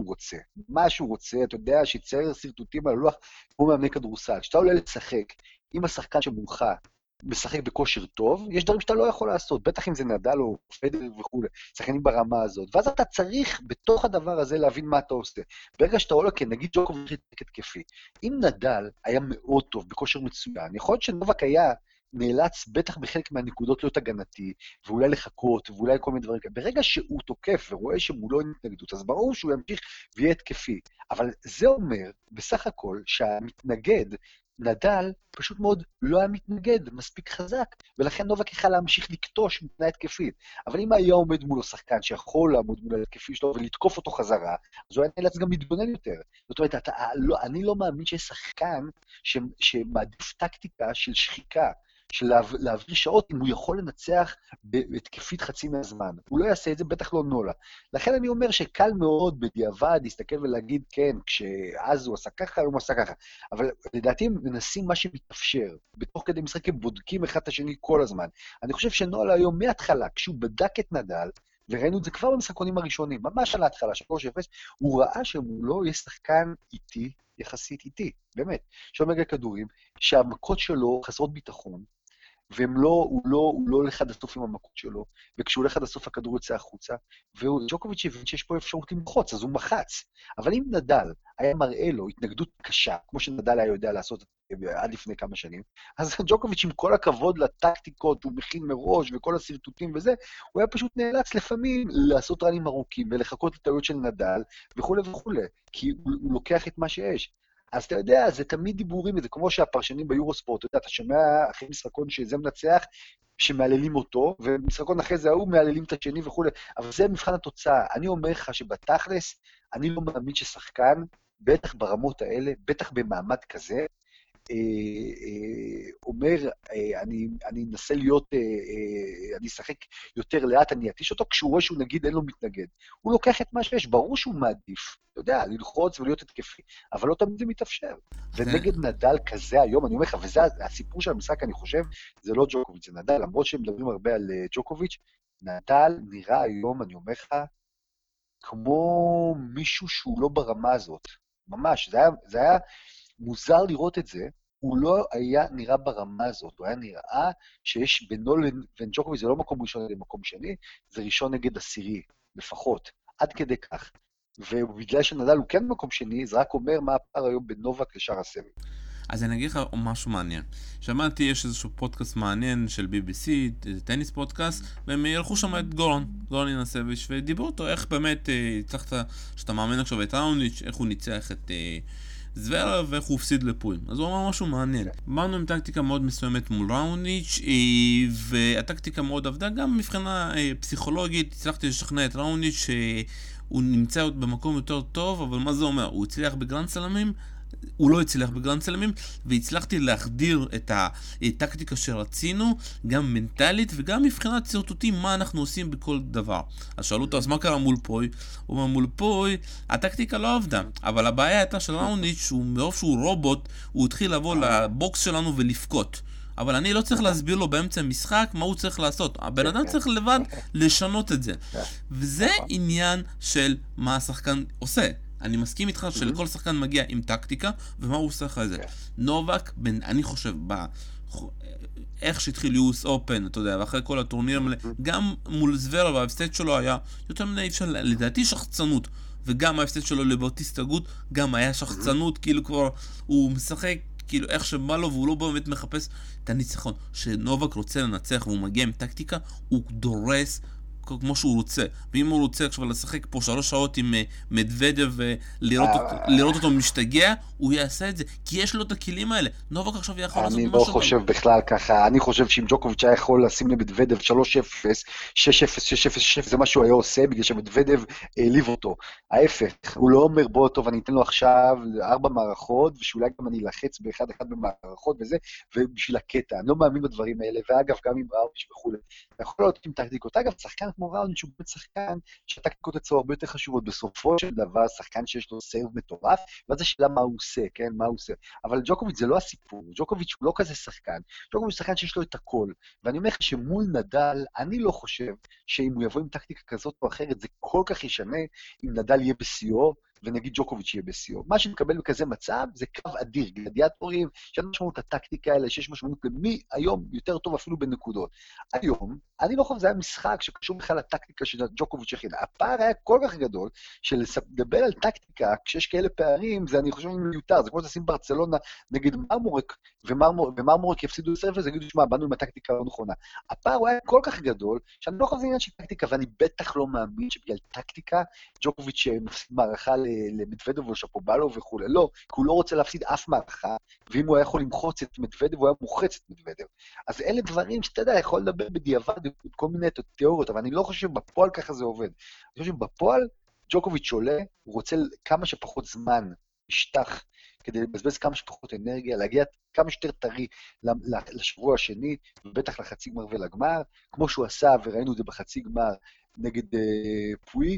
מה שהוא רוצה, אתה יודע, שיצייר שרטוטים על הלוח, כמו מאמני כדורסל. כשאתה עולה לשחק, עם השחקן שמולך, משחק בכושר טוב, יש דברים שאתה לא יכול לעשות, בטח אם זה נדל או פדרר וכו', שחקנים ברמה הזאת, ואז אתה צריך בתוך הדבר הזה להבין מה אתה עושה. ברגע שאתה עולה, כן, נגיד ג'וקוביץ' התקפי, אם נדל היה מאוד טוב, בכושר מצוין, יכול להיות שנובק היה נאלץ בטח בחלק מהנקודות להיות הגנתי, ואולי לחכות, ואולי כל מיני דברים כאלה. ברגע שהוא תוקף ורואה שמולו אין התנגדות, אז ברור שהוא ימשיך ויהיה התקפי. אבל זה אומר, בסך הכל, שהמתנגד, נדל פשוט מאוד לא היה מתנגד מספיק חזק, ולכן נובק יכל להמשיך לקטוש מבחינה התקפית. אבל אם היה עומד מולו שחקן שיכול לעמוד מול התקפי שלו ולתקוף אותו חזרה, אז הוא היה נאלץ גם להתגונן יותר. זאת אומרת, אני לא מאמין שיש שחקן שמעדיף טקטיקה של שחיקה, של להעביר שעות אם הוא יכול לנצח בהתקפית חצי מהזמן. הוא לא יעשה את זה, בטח לא נולה. לכן אני אומר שקל מאוד בדיעבד להסתכל ולהגיד, כן, כשאז הוא עשה ככה, הוא עשה ככה. אבל לדעתי הם מנסים מה שמתאפשר. בתוך כדי משחק הם בודקים אחד את השני כל הזמן. אני חושב שנולה היום מההתחלה, כשהוא בדק את נדל, וראינו את זה כבר במשחקונים הראשונים, ממש על ההתחלה, 3-0, הוא ראה שהוא לא יהיה שחקן איטי, יחסית איטי, באמת, שעומד כדורים, שהמכות שלו חסרות ביטחון, הוא לא הולך עד הסוף עם המכות שלו, וכשהוא הולך עד הסוף הכדור יוצא החוצה, וג'וקוביץ' הבין שיש פה אפשרות למחוץ, אז הוא מחץ. אבל אם נדל היה מראה לו התנגדות קשה, כמו שנדל היה יודע לעשות עד לפני כמה שנים, אז ג'וקוביץ' עם כל הכבוד לטקטיקות, הוא מכין מראש וכל הסרטוטים וזה, הוא היה פשוט נאלץ לפעמים לעשות רנים ארוכים, ולחכות לטעויות של נדל, וכו' וכו', כי הוא לוקח את מה שיש. אז אתה יודע, זה תמיד דיבורים, זה כמו שהפרשנים ביורוספורט, אתה יודע, אתה שומע אחרי משחקון שזה מנצח, שמעללים אותו, ומשחקון אחרי זה הוא מעללים את השני וכו', אבל זה מבחן התוצאה. אני אומר לך שבתכלס, אני לא מאמין ששחקן, בטח ברמות האלה, בטח במעמד כזה, אומר, אני אנסה להיות, אני אשחק יותר לאט, אני אתיש אותו, כשהוא רואה שהוא נגיד אין לו מתנגד. הוא לוקח את מה שיש, ברור שהוא מעדיף, אתה יודע, ללחוץ ולהיות התקפי, אבל לא תמיד זה מתאפשר. ונגד נדל כזה היום, אני אומר לך, וזה הסיפור של המשחק, אני חושב, זה לא ג'וקוביץ', זה נדל, למרות שהם מדברים הרבה על ג'וקוביץ', נדל נראה היום, אני אומר לך, כמו מישהו שהוא לא ברמה הזאת. ממש, זה היה מוזר לראות את זה, הוא לא היה נראה ברמה הזאת, הוא היה נראה שיש בינו לבין ג'וקוביץ' זה לא מקום ראשון נגד מקום שני, זה ראשון נגד עשירי, לפחות, עד כדי כך. ובגלל שנדל הוא כן מקום שני, זה רק אומר מה הפער היום בין נובק לשאר הסבב.
אז אני אגיד לך משהו מעניין. שמעתי, יש איזשהו פודקאסט מעניין של BBC, טניס פודקאסט, והם ילכו שם את גורן ינסביץ', ודיברו אותו איך באמת הצלחת, שאתה מאמין עכשיו את ראוניץ', איך הוא ניצח את זוורב ואיך הוא הפסיד לפוים. אז הוא אמר משהו מעניין. באנו עם טקטיקה מאוד מסוימת מול ראוניץ', והטקטיקה מאוד עבדה, גם מבחינה פסיכולוגית, הצלחתי לשכנע את ראוניץ' שהוא נמצא במקום יותר טוב, אבל מה זה אומר? הוא הצליח בגרנד סלמים הוא לא הצליח בגרנד סלמים, והצלחתי להחדיר את הטקטיקה שרצינו, גם מנטלית וגם מבחינת סרטוטים, מה אנחנו עושים בכל דבר. אז שאלו אותו, אז מה קרה מול פוי? הוא אומר, מול פוי, הטקטיקה לא עבדה, אבל הבעיה הייתה של ראוניץ' מרוב שהוא רובוט, הוא התחיל לבוא לבוקס שלנו ולפקוט. אבל אני לא צריך להסביר לו באמצע המשחק מה הוא צריך לעשות. הבן אדם צריך לבד לשנות את זה. וזה עניין של מה השחקן עושה. אני מסכים איתך שלכל שחקן מגיע עם טקטיקה, ומה הוא עושה אחרי זה. נובק, אני חושב, איך שהתחיל יוס אופן, אתה יודע, ואחרי כל הטורנירים, גם מול זוורה, וההפסד שלו היה יותר מדי אפשר, לדעתי שחצנות, וגם ההפסד שלו לבוטיסטה גוט, גם היה שחצנות, כאילו כבר, הוא משחק כאילו איך שבא לו, והוא לא באמת מחפש את הניצחון. שנובק רוצה לנצח והוא מגיע עם טקטיקה, הוא דורס כמו שהוא רוצה. ואם הוא רוצה עכשיו לשחק פה 3 שעות עם מדוודב ולראות אותו משתגע, הוא יעשה את זה, כי יש לו את הכלים האלה. נובק עכשיו יכול לעשות משהו.
אני לא חושב בכלל ככה, אני חושב שאם ג'וקוביץ' היה יכול לשים למדוודב 3-0, 6-0, 6-0, 6-0, זה מה שהוא היה עושה, בגלל שמדוודב העליב אותו. ההפך, הוא לא אומר בוא טוב, אני אתן לו עכשיו 4 מערכות, ושאולי גם אני אלחץ באחד במערכות וזה, ובשביל הקטע, אני לא מאמין בדברים האלה, ואגב, גם עם ראוניץ' וכו'. אתה יכול להיות עם טקטיקות. אגב, שחקן כמו ראוניץ' הוא באמת שחקן שהטקטיקות אצלו הרבה יותר חשובות. בסופו של דבר, שחקן שיש לו סייב מטורף, ואז השאלה מה הוא עושה, כן? מה הוא עושה. אבל ג'וקוביץ' זה לא הסיפור. ג'וקוביץ' הוא לא כזה שחקן. ג'וקוביץ' שחקן שיש לו את הכל. ואני אומר לך שמול נדל, אני לא חושב שאם הוא יבוא עם טקטיקה כזאת או אחרת, זה כל כך ישנה אם נדל יהיה בשיאו, ונגיד ג'וקוביץ' יהיה בשיאו. מה שמקבל בכזה מצב זה קו אדיר, גלדיאטורים, שיש משמעות הטקטיקה האלה, שיש משמעות למי היום יותר טוב אפילו בנקודות. היום, אני לא חושב, זה היה משחק שקשור בכלל לטקטיקה של ג'וקוביץ' הכינה. הפער היה כל כך גדול, שלדבר על טקטיקה, כשיש כאלה פערים, זה אני חושב מיותר, זה כמו לשים ברצלונה נגד מרמורק, ומרמורק יפסידו 10, אז יגידו, שמע, באנו עם הטקטיקה לא נכונה. הפער היה כל כך גדול, שאני לא חושב זה עניין של טקטיקה, ואני בטח לא מאמין שבגלל טקטיקה, ג'וקוביץ' מפסיד מערכה למדוודב או שפובלו וכו'. לא, כי הוא לא רוצה להפסיד אף מערכה, ואם הוא היה יכול למחוץ את מדוודב, הוא היה מוחץ את מדוודב. אז אלה דברים שאתה יודע, יכול לדבר בדיעבד כל מיני תיאוריות, אבל אני לא חושב שבפועל ככה זה עובד. אני חושב שבפועל ג'וקוביץ' עולה, הוא רוצה כמה שפחות זמן, משטח, כדי לבזבז כמה שפחות אנרגיה, להגיע כמה שיותר טרי לשבוע השני, ובטח לחצי גמר ולגמר, כמו שהוא עשה, וראינו את זה בחצי גמר, נגד פוי,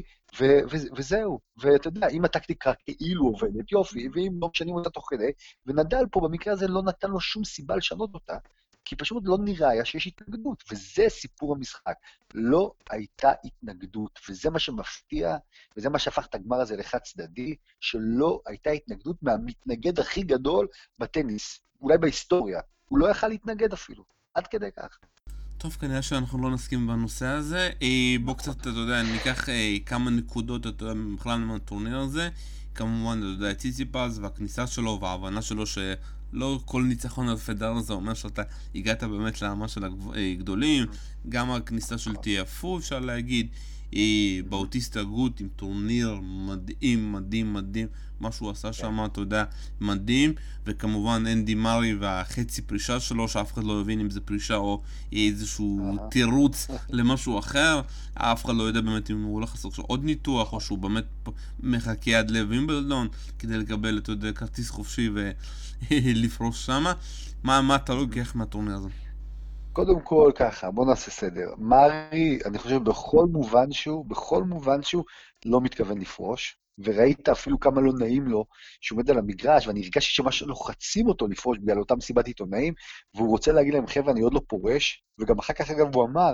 וזהו. ואתה יודע, אם הטקטיקה כאילו עובדת, יופי, ואם לא משנים אותה תוך כדי, ונדל פה במקרה הזה לא נתן לו שום סיבה לשנות אותה, כי פשוט לא נראה שיש התנגדות, וזה סיפור המשחק. לא הייתה התנגדות, וזה מה שמפתיע, וזה מה שהפך את הגמר הזה לחד צדדי, שלא הייתה התנגדות מהמתנגד הכי גדול בטניס, אולי בהיסטוריה. הוא לא יכל להתנגד אפילו, עד כדי כך.
טוב, כנראה שאנחנו לא נסכים בנושא הזה. בוא קצת, אתה יודע, ניקח כמה נקודות, אתה יודע, בכלל מהטורניר הזה. כמובן, אתה יודע, ציציפס והכניסה שלו וההבנה שלו שלא כל ניצחון על פדרר זה אומר שאתה הגעת באמת לרמה של הגדולים. גם הכניסה של TFU, אפשר להגיד, באוטיסטה גוט עם טורניר מדהים, מדהים, מדהים. מה שהוא עשה שם, אתה יודע, מדהים. וכמובן אנדי מארי והחצי פרישה שלו, שאף אחד לא הבין אם זה פרישה או איזשהו תירוץ למשהו אחר. אף אחד לא יודע באמת אם הוא הולך לעשות עוד ניתוח, או שהוא באמת מחכה עד לווימבלדון כדי לקבל, אתה יודע, כרטיס חופשי ולפרוש שמה. מה אתה לוקח מהטורניר הזה?
קודם כל ככה, בוא נעשה סדר. מארי, אני חושב בכל מובן שהוא לא מתכוון לפרוש, וראית אפילו כמה לא נעים לו שהוא עומד על המגרש, ואני הרגשתי שממש לוחצים אותו לפרוש בגלל אותם סיבת עיתונאים, והוא רוצה להגיד להם, חבר'ה, אני עוד לא פורש, וגם אחר כך אגב הוא אמר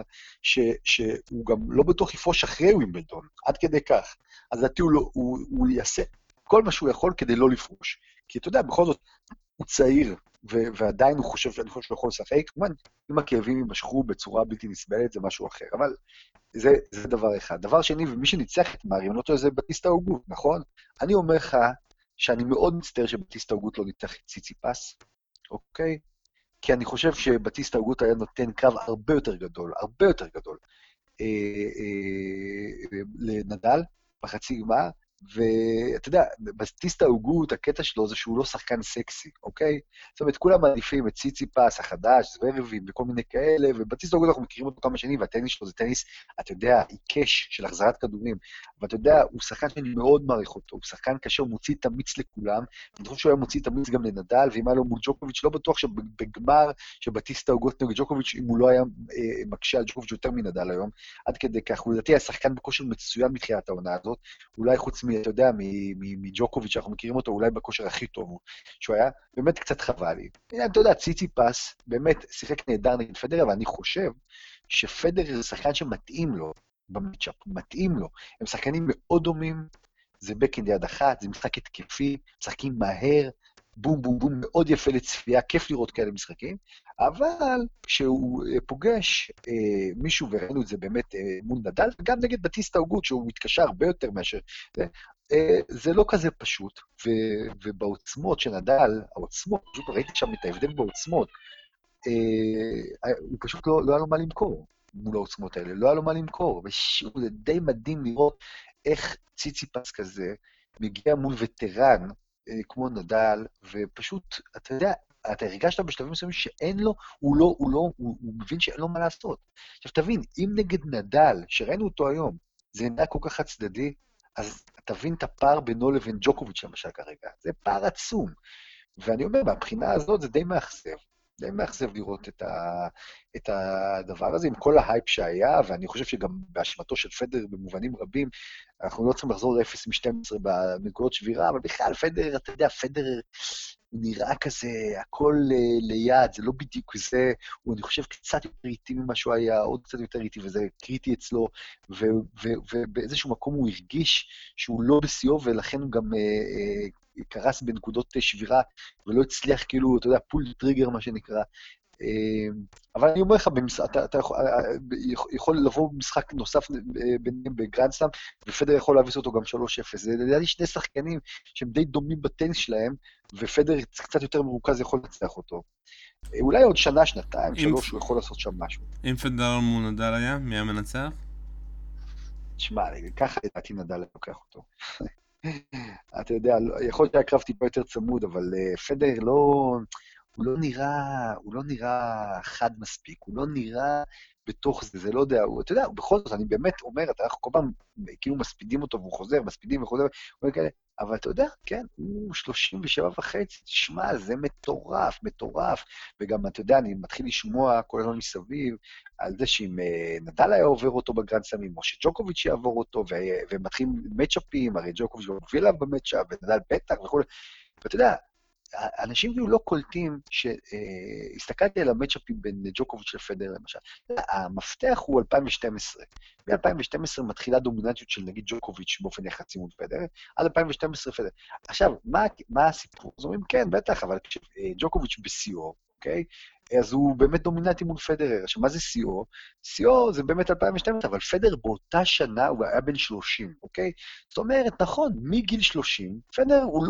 שהוא גם לא בטוח יפרוש אחרי ווימבלדון, עד כדי כך. אז לדעתי הוא יעשה כל מה שהוא יכול כדי לא לפרוש. כי אתה יודע, בכל זאת, הוא צעיר, ועדיין אני חושב שהוא יכול לשחק, כמובן, אם הכאבים יימשכו בצורה בלתי נסבלת, זה משהו אחר, אבל זה דבר אחד. דבר שני, ומי שניצח את מארי, אני לא טועה, זה בטיסטה אוגוט, נכון? אני אומר לך שאני מאוד מצטער שבטיסטה אוגוט לא ניצח את ציציפס, אוקיי? כי אני חושב שבטיסטה אוגוט היה נותן קו הרבה יותר גדול לנדל, בחצי גמר, ואתה יודע, בטיסטה הוגות, הקטע שלו זה שהוא לא שחקן סקסי, אוקיי? זאת אומרת, כולם מעדיפים את ציציפס החדש, זוורבים וכל מיני כאלה, ובטיסטה הוגות אנחנו מכירים אותו כמה שנים, והטניס שלו זה טניס, אתה יודע, עיקש של החזרת כדורים, ואתה יודע, הוא שחקן שאני מאוד מעריך אותו, הוא שחקן כאשר הוא מוציא את המיץ לכולם, אני חושב שהוא היה מוציא את המיץ גם לנדל, ואם היה לו מול ג'וקוביץ', לא בטוח שבגמר שבטיסטה הוגות נגד ג'וקוביץ', אם הוא לא היה מקשה על ג'וקוביץ' יותר מנדל היום, עד כדי כך, הוא לדעתי היה שחקן בכושר מצוין מתחילת העונה הזאת, אולי חוץ אתה יודע, מג'וקוביץ', שאנחנו מכירים אותו, אולי בכושר הכי טוב שהוא היה, באמת קצת חבל לי. אתה יודע, ציציפס באמת שיחק נהדר נגד פדרר, ואני חושב שפדרר זה שחקן שמתאים לו במצ'אפ, מתאים לו. הם שחקנים מאוד דומים, זה בקאנד יד אחת, זה משחק התקפי, משחקים מהר, בום בום בום, מאוד יפה לצפייה, כיף לראות כאלה משחקים, אבל כשהוא פוגש מישהו, וראינו את זה באמת מול נדל, וגם נגד בטיסטה הוגות, שהוא מתקשר הרבה יותר מאשר זה לא כזה פשוט, ובעוצמות של נדל, העוצמות, פשוט ראיתי שם את ההבדל בעוצמות, הוא פשוט לא היה לו מה למכור מול העוצמות האלה, לא היה לו מה למכור, ושוב, זה די מדהים לראות איך ציציפס כזה מגיע מול וטרן, כמו נדל, ופשוט, אתה יודע, אתה הרגשת בשלבים מסוימים שאין לו, הוא מבין שאין לו מה לעשות. עכשיו תבין, אם נגד נדל, שראינו אותו היום, זה נראה כל כך חד צדדי, אז תבין את הפער בינו לבין ג'וקוביץ' למשל כרגע. זה פער עצום. ואני אומר, מהבחינה הזאת זה די מאכזב. די מאכזב לראות את הדבר הזה, עם כל ההייפ שהיה, ואני חושב שגם באשמתו של פדרר במובנים רבים, אנחנו לא צריכים לחזור ל-0 מ-12 בנקודות שבירה, אבל בכלל פדרר, אתה יודע, פדרר הוא נראה כזה, הכל ליד, זה לא בדיוק זה, אני חושב קצת יותר איטי ממה שהוא היה, עוד קצת יותר איטי, וזה קריטי אצלו, ובאיזשהו מקום הוא הרגיש שהוא לא בשיאו, ולכן הוא גם קרס בנקודות שבירה, ולא הצליח כאילו, אתה יודע, פול טריגר מה שנקרא. אבל אני אומר לך, אתה יכול לבוא במשחק נוסף ביניהם בגרנדסלאם, ופדר יכול להביס אותו גם 3-0. זה לדעתי שני שחקנים שהם די דומים בטניס שלהם, ופדר קצת יותר מרוכז יכול לצלח אותו. אולי עוד שנה, שנתיים, 3, הוא יכול לעשות שם משהו.
אם פדר מול נדל היה, מי היה מנצח?
תשמע, ככה לדעתי נדל לוקח אותו. אתה יודע, יכול להיות שהקרב טיפה יותר צמוד, אבל פדר הוא לא נראה חד מספיק, הוא לא נראה בתוך זה, זה לא יודע, אתה יודע, בכל זאת, אני באמת אומר, אנחנו כל פעם כאילו מספידים אותו והוא חוזר, מספידים וחוזר, אבל אתה יודע, כן, הוא 37.5, תשמע, זה מטורף, מטורף, וגם, אתה יודע, אני מתחיל לשמוע כל הזמן מסביב, על זה שאם נדל היה עובר אותו בגרנדסלאמים, או שג'וקוביץ' יעבור אותו, ומתחילים מצ'אפים, הרי ג'וקוביץ' מוביל עליו במצ'אפ, ונדל בטח וכו', ואתה יודע, אנשים כאילו לא קולטים שהסתכלתי על המצ'אפים בין ג'וקוביץ' לפדר למשל. המפתח הוא 2012. ב-2012 מתחילה דומיננטיות של נגיד ג'וקוביץ' באופן יחסי מול פדר, עד 2012 פדר. עכשיו, מה הסיפור? אז אומרים, כן, בטח, אבל כשג'וקוביץ' בשיאו, אוקיי? אז הוא באמת דומיננטי מול פדרר. עכשיו, מה זה שיאו? שיאו זה באמת 2012, אבל פדר באותה שנה הוא היה בן 30, אוקיי? זאת אומרת, נכון, מגיל 30, פדר הוא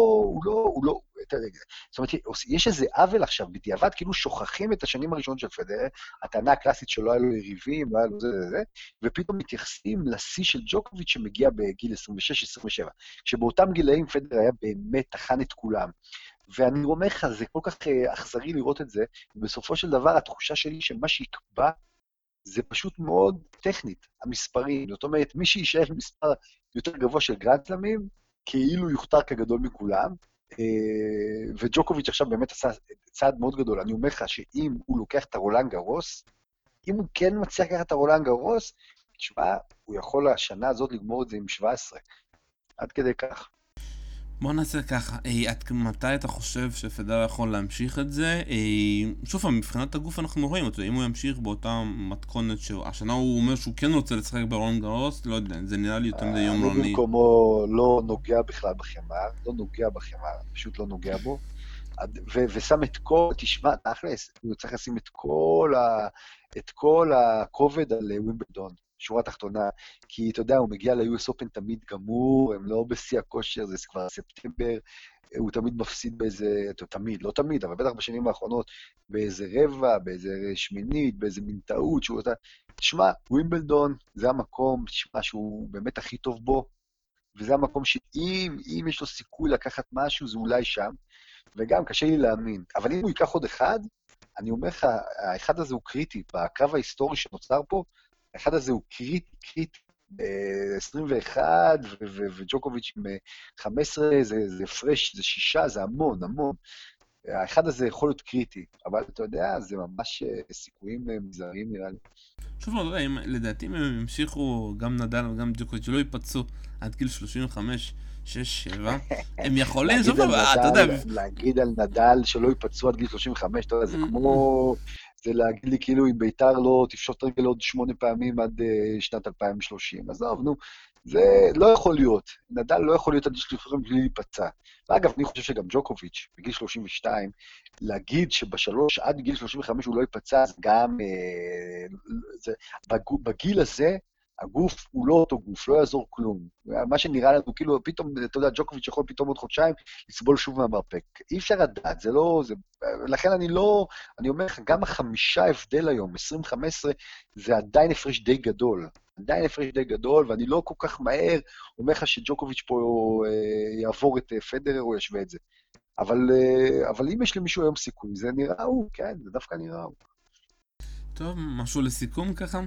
לא, זאת אומרת, יש איזה עוול עכשיו בדיעבד, כאילו שוכחים את השנים הראשונות של פדר, הטענה הקלאסית שלא היה לו יריבים, לא היה לו זה, ופתאום מתייחסים לשיא של ג'וקוביץ' שמגיע בגיל 26-27, שבאותם גילאים פדר היה באמת תחן את כולם. ואני אומר לך, זה כל כך אכזרי לראות את זה, ובסופו של דבר התחושה שלי שמה שיקבע זה פשוט מאוד טכנית, המספרים. זאת אומרת, מי שישאר עם מספר יותר גבוה של גרנדסלאמים, כאילו יוכתר כגדול מכולם, וג'וקוביץ' עכשיו באמת עשה צעד מאוד גדול. אני אומר לך שאם הוא לוקח את הרולאן גארוס, אם הוא כן מצליח לקחת את הרולאן גארוס, תשמע, הוא יכול השנה הזאת לגמור את זה עם 17. עד כדי כך.
בוא נעשה ככה, מתי אתה חושב שפדר יכול להמשיך את זה? שוב, מבחינת הגוף אנחנו רואים אותו, אם הוא ימשיך באותה מתכונת שהשנה הוא אומר שהוא כן רוצה לשחק ברולאן גארוס, לא יודע, זה נראה לי יותר מדי יומרני.
הוא במקומו לא נוגע בכלל בחמר, לא נוגע בחמר, פשוט לא נוגע בו, ושם את כל, תשמע, תכלס, הוא צריך לשים את כל הכובד על ווימבלדון. שורה תחתונה, כי אתה יודע, הוא מגיע ל-US Open תמיד גמור, הם לא בשיא הכושר, זה כבר ספטמבר, הוא תמיד מפסיד באיזה, תמיד, לא תמיד, אבל בטח בשנים האחרונות, באיזה רבע, באיזה שמינית, באיזה מין טעות, תשמע, ווימבלדון זה המקום, תשמע, שהוא באמת הכי טוב בו, וזה המקום שאם יש לו סיכוי לקחת משהו, זה אולי שם, וגם קשה לי להאמין. אבל אם הוא ייקח עוד אחד, אני אומר לך, האחד הזה הוא קריטי, בקרב ההיסטורי שנוצר פה, האחד הזה הוא קריטי, קריטי. 21 וג'וקוביץ' עם 15, זה פרש, זה 6, זה המון, המון. האחד הזה יכול להיות קריטי, אבל אתה יודע, זה ממש סיכויים מזעריים נראה לי.
שוב, לא יודע, לדעתי אם הם המשיכו, גם נדל וגם ג'וקוביץ' שלא ייפצעו עד גיל 35, 6, 7, הם יכולים, שוב, אתה יודע...
להגיד על נדל שלא ייפצעו עד גיל 35, אתה יודע, זה כמו... זה להגיד לי כאילו אם ביתר לא תפשוט רגל עוד 8 פעמים עד שנת 2030. עזוב, נו, זה לא יכול להיות. נדל לא יכול להיות עד גיל 35 בלי להיפצע. ואגב, אני חושב שגם ג'וקוביץ' בגיל 32, להגיד שבשלוש עד גיל 35 הוא לא ייפצע, זה גם... בגיל הזה, הגוף הוא לא אותו גוף, לא יעזור כלום. מה שנראה לנו, כאילו, פתאום, אתה יודע, ג'וקוביץ' יכול פתאום עוד חודשיים לסבול שוב מהמרפק. אי אפשר לדעת, זה לא... לכן אני לא... אני אומר לך, גם 5 הבדל היום, 2015, זה עדיין הפרש די גדול. עדיין הפרש די גדול, ואני לא כל כך מהר אומר לך שג'וקוביץ' פה יעבור את פדרר או ישווה את זה. אבל אם יש למישהו היום סיכוי, זה נראה הוא, כן, זה דווקא נראה הוא.
טוב, משהו לסיכום ככה?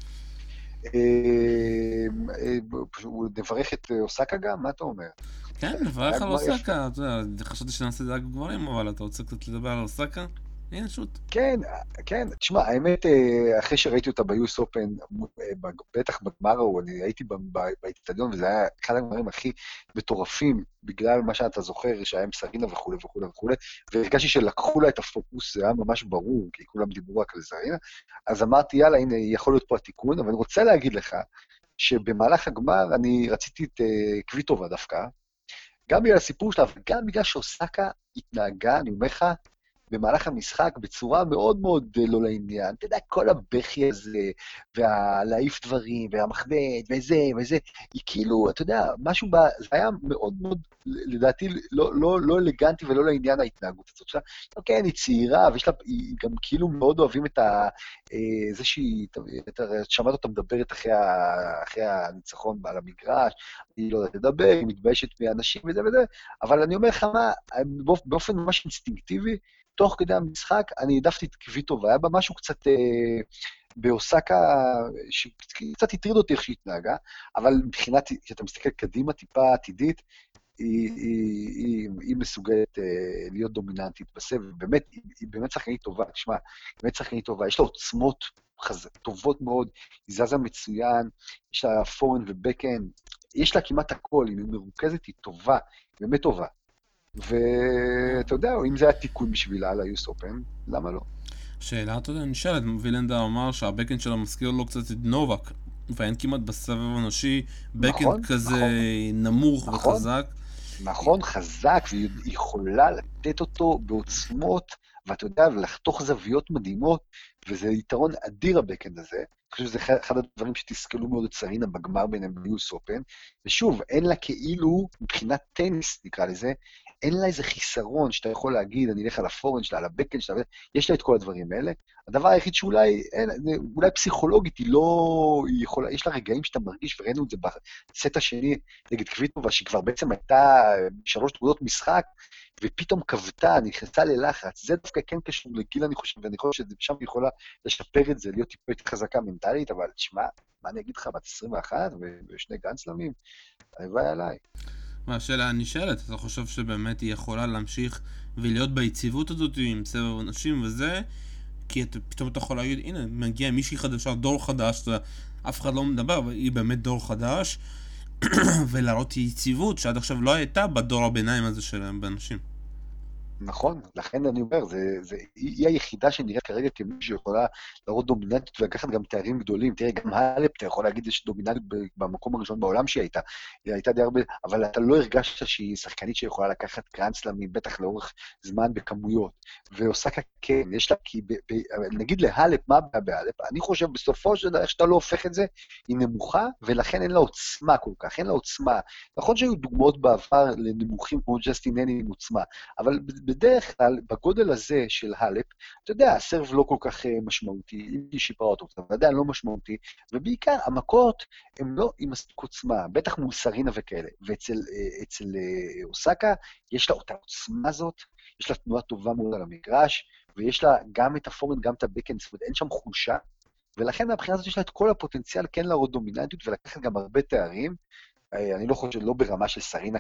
נברך את אוסקה גם? מה אתה אומר?
כן, נברך על אוסקה. חשבתי שנעשה את זה רק גברים, אבל אתה רוצה קצת לדבר על אוסקה? הנה, שוט.
כן, כן. תשמע, האמת, אחרי שראיתי אותה ביוס אופן, בטח בגמר ההוא, אני הייתי באצטדיון, וזה היה אחד הגמרים הכי מטורפים, בגלל מה שאתה זוכר, שהיה עם סרינה וכו' וכו' וכו', והרגשתי שלקחו לה את הפוקוס, זה היה ממש ברור, כי כולם דיברו רק על סרינה, אז אמרתי, יאללה, הנה, יכול להיות פה התיקון, אבל אני רוצה להגיד לך, שבמהלך הגמר אני רציתי את קוויטובה דווקא, גם בגלל הסיפור שלה, וגם בגלל שאוסקה התנהגה, אני אומר לך, במהלך המשחק בצורה מאוד מאוד לא לעניין. אתה יודע, כל הבכי הזה, והלהעיף דברים, והמחבט, וזה, היא כאילו, אתה יודע, משהו זה היה מאוד מאוד, לדעתי, לא אלגנטי ולא לעניין ההתנהגות הזאת שלה. כן, היא צעירה, היא גם כאילו מאוד אוהבים את זה שהיא, שמעת אותה מדברת אחרי הניצחון על המגרש, היא לא יודעת לדבר, היא מתביישת מאנשים וזה, אבל אני אומר לך מה, באופן ממש אינסטינקטיבי, תוך כדי המשחק, אני העדפתי את קוויטובה, היה בה משהו קצת באוסקה, שקצת הטריד אותי איך שהיא התנהגה, אבל מבחינת, כשאתה מסתכל קדימה טיפה עתידית, היא מסוגלת להיות דומיננטית בסבב, היא באמת שחקנית טובה, תשמע, באמת שחקנית טובה, יש לה עוצמות טובות מאוד, היא זזה מצוין, יש לה פורן ובקן, יש לה כמעט הכל, היא מרוכזת, היא טובה, היא באמת טובה. ואתה יודע, אם זה היה תיקון בשבילה על היוס אופן, למה לא?
שאלה, אתה יודע, נשאלת, וילנדר אמר שהבקן שלה מזכיר לו קצת את נובק, ואין כמעט בסבב הנשי בקן כזה נמוך וחזק.
נכון, חזק, והיא יכולה לתת אותו בעוצמות, ואתה יודע, ולחתוך זוויות מדהימות, וזה יתרון אדיר הבקן הזה. אני חושב שזה אחד הדברים שתסכלו מאוד את סרינה בגמר ביניהם ביוס אופן, ושוב, אין לה כאילו, מבחינת טניס נקרא לזה, אין לה איזה חיסרון שאתה יכול להגיד, אני אלך על הפורן שלה, על הבקן שלה, יש לה את כל הדברים האלה. הדבר היחיד שאולי, אולי פסיכולוגית, היא יכולה, יש לה רגעים שאתה מרגיש, וראינו את זה בסט השני נגד קוויטובה, שהיא כבר בעצם הייתה 3 נקודות משחק, ופתאום כבתה, נכנסה ללחץ. זה דווקא כן קשור לגיל, אני חושב, ואני חושב ששם היא יכולה לשפר את זה, להיות טיפה יותר חזקה מנטלית, אבל תשמע, מה אני אגיד לך, בת 21 ושני גרנדסלמים, הלוואי עליי.
והשאלה הנשאלת, אתה חושב שבאמת היא יכולה להמשיך ולהיות ביציבות הזאת עם סבב אנשים וזה, כי פתאום אתה יכול להגיד, הנה, מגיע מישהי חדשה, דור חדש, אף אחד לא מדבר, אבל היא באמת דור חדש, ולהראות יציבות שעד עכשיו לא הייתה בדור הביניים הזה שלהם באנשים.
נכון, לכן אני אומר, היא היחידה שנראית כרגע כמי שיכולה להראות דומיננטית ולקחת גם תארים גדולים. תראה, גם האלפ, אתה יכול להגיד שיש דומיננטית במקום הראשון בעולם שהיא הייתה. היא הייתה די הרבה, אבל אתה לא הרגשת שהיא שחקנית שיכולה לקחת גרנדסלמים, בטח לאורך זמן בכמויות. ואוסקה כן, יש לה, כי נגיד להאלפ, מה הבעיה באלפ? אני חושב בסופו של דבר, איך שאתה לא הופך את זה, היא נמוכה, ולכן אין לה עוצמה כל כך, אין לה עוצמה. נכון שהיו דוגמאות בעבר לנמוכים כמו ג'סטין הני עם עוצמה, אבל בדרך כלל, בגודל הזה של הלפ, אתה יודע, הסרב לא כל כך משמעותי, אם היא שיפרה אותו, אבל עדיין לא משמעותי, ובעיקר המכות הן לא עם מספיק עוצמה, בטח מול סרינה וכאלה. ואצל אוסקה, יש לה אותה עוצמה הזאת, יש לה תנועה טובה מאוד על המגרש, ויש לה גם את הפורנד, גם את הבקאנד, זאת אומרת, אין שם חולשה, ולכן מהבחינה הזאת יש לה את כל הפוטנציאל כן להראות דומיננטיות ולקחת גם הרבה תארים. אני לא חושב שלא ברמה של סרינה,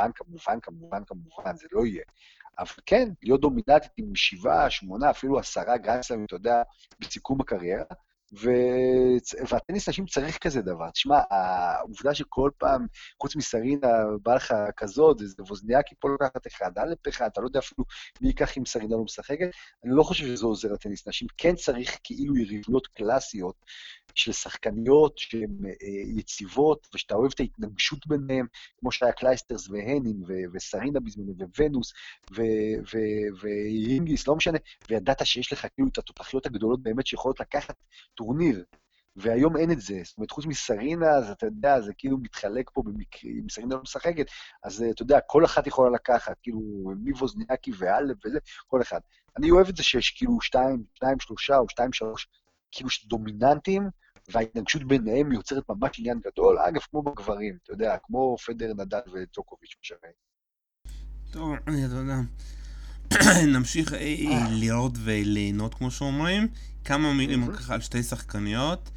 כמובן, זה לא יהיה. אבל כן, להיות דומיננטית עם 7, 8, אפילו 10 גרנדסלאמים, אתה יודע, בסיכום הקריירה, והטניס נשים צריך כזה דבר. תשמע, העובדה שכל פעם, חוץ מסרינה, בא לך כזאת, זה ווזניאקי פה לוקחת אחד, אלף אחד, אתה לא יודע אפילו מי ייקח אם סרינה לא משחקת, אני לא חושב שזה עוזר לטניס נשים. כן צריך כאילו יריבויות קלאסיות של שחקניות שהן יציבות, ושאתה אוהב את ההתנגשות ביניהם, כמו שהיה קלייסטרס והנין, וסרינה בזמנו, וונוס, והינגיס, לא משנה, וידעת שיש לך כאילו את התותחיות הגדולות באמת שיכולות לקחת טורניר, והיום אין את זה. זאת אומרת, חוץ מסרינה, אז אתה יודע, זה כאילו מתחלק פה במקרים, אם סרינה לא משחקת, אז אתה יודע, כל אחת יכולה לקחת, כאילו, מווזניאקי ואלף וזה, כל אחד. אני אוהב את זה שיש כאילו 2, 3 או 2, 3, כאילו דומיננטיים, וההתנגשות ביניהם יוצרת ממש עניין גדול, אגב, כמו בגברים, אתה יודע, כמו פדר, נדל וטוקוביץ' משנה.
טוב, אני אתה יודע, נמשיך לראות וליהנות כמו שאומרים. כמה מילים ככה על שתי שחקניות,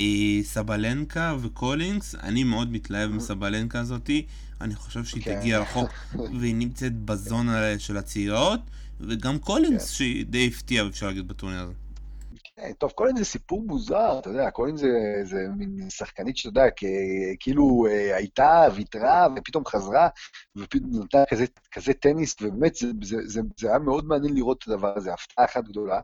סבלנקה וקולינגס. אני מאוד מתלהב מסבלנקה הזאתי, אני חושב שהיא תגיע רחוק והיא נמצאת בזונה של הצעירות, וגם קולינגס שהיא די הפתיעה, אפשר להגיד, בטורניר הזה.
טוב, קולין זה סיפור מוזר, אתה יודע, קולין זה מין שחקנית שאתה יודע, כאילו הייתה, ויתרה, ופתאום חזרה, ופתאום נתנה כזה טניס, ובאמת זה היה מאוד מעניין לראות את הדבר הזה, הפתעה אחת גדולה.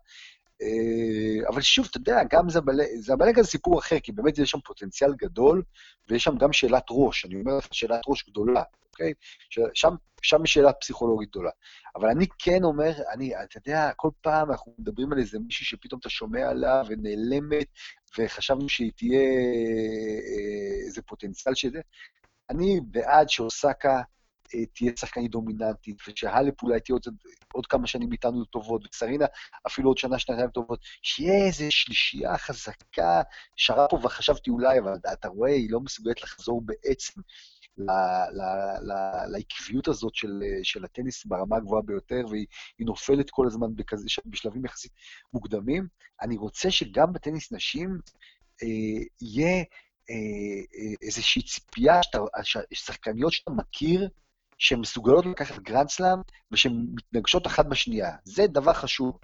אבל שוב, אתה יודע, גם זבלנקה זה סיפור אחר, כי באמת יש שם פוטנציאל גדול, ויש שם גם שאלת ראש, אני אומר לך, שאלת ראש גדולה, אוקיי? שם יש שאלה פסיכולוגית גדולה. אבל אני כן אומר, אתה יודע, כל פעם אנחנו מדברים על איזה מישהי שפתאום אתה שומע עליה ונעלמת, וחשבנו שהיא תהיה איזה פוטנציאל שזה. אני בעד שאוסקה תהיה שחקנית דומיננטית, ושהלפ אולי תהיה עוד כמה שנים איתנו טובות, וסרינה אפילו עוד שנה, שנתיים טובות, שיהיה איזו שלישייה חזקה, שרפובה חשבתי אולי, אבל אתה רואה, היא לא מסוגלת לחזור בעצם לעקביות הזאת של הטניס ברמה הגבוהה ביותר, והיא נופלת כל הזמן בשלבים יחסית מוקדמים. אני רוצה שגם בטניס נשים יהיה איזושהי ציפייה, שחקניות שאתה מכיר, שהן מסוגלות לקחת גרנד סלאם, ושהן מתנגשות אחת בשנייה. זה דבר חשוב.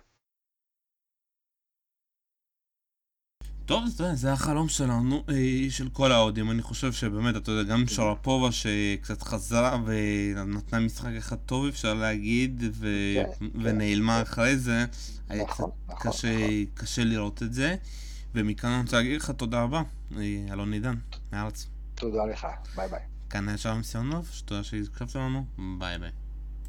טוב, זה החלום שלנו, של כל האוהדים. אני חושב שבאמת, אתה יודע, גם שרפובה שקצת חזרה ונתנה משחק אחד טוב, אפשר להגיד, ונעלמה אחרי זה, היה קצת קשה לראות את זה. ומכאן אני רוצה להגיד לך תודה רבה, אלון עידן, מארץ.
תודה לך, ביי ביי.
כאן היה שלום סיונוב, שתודה שהקשבת לנו, ביי ביי.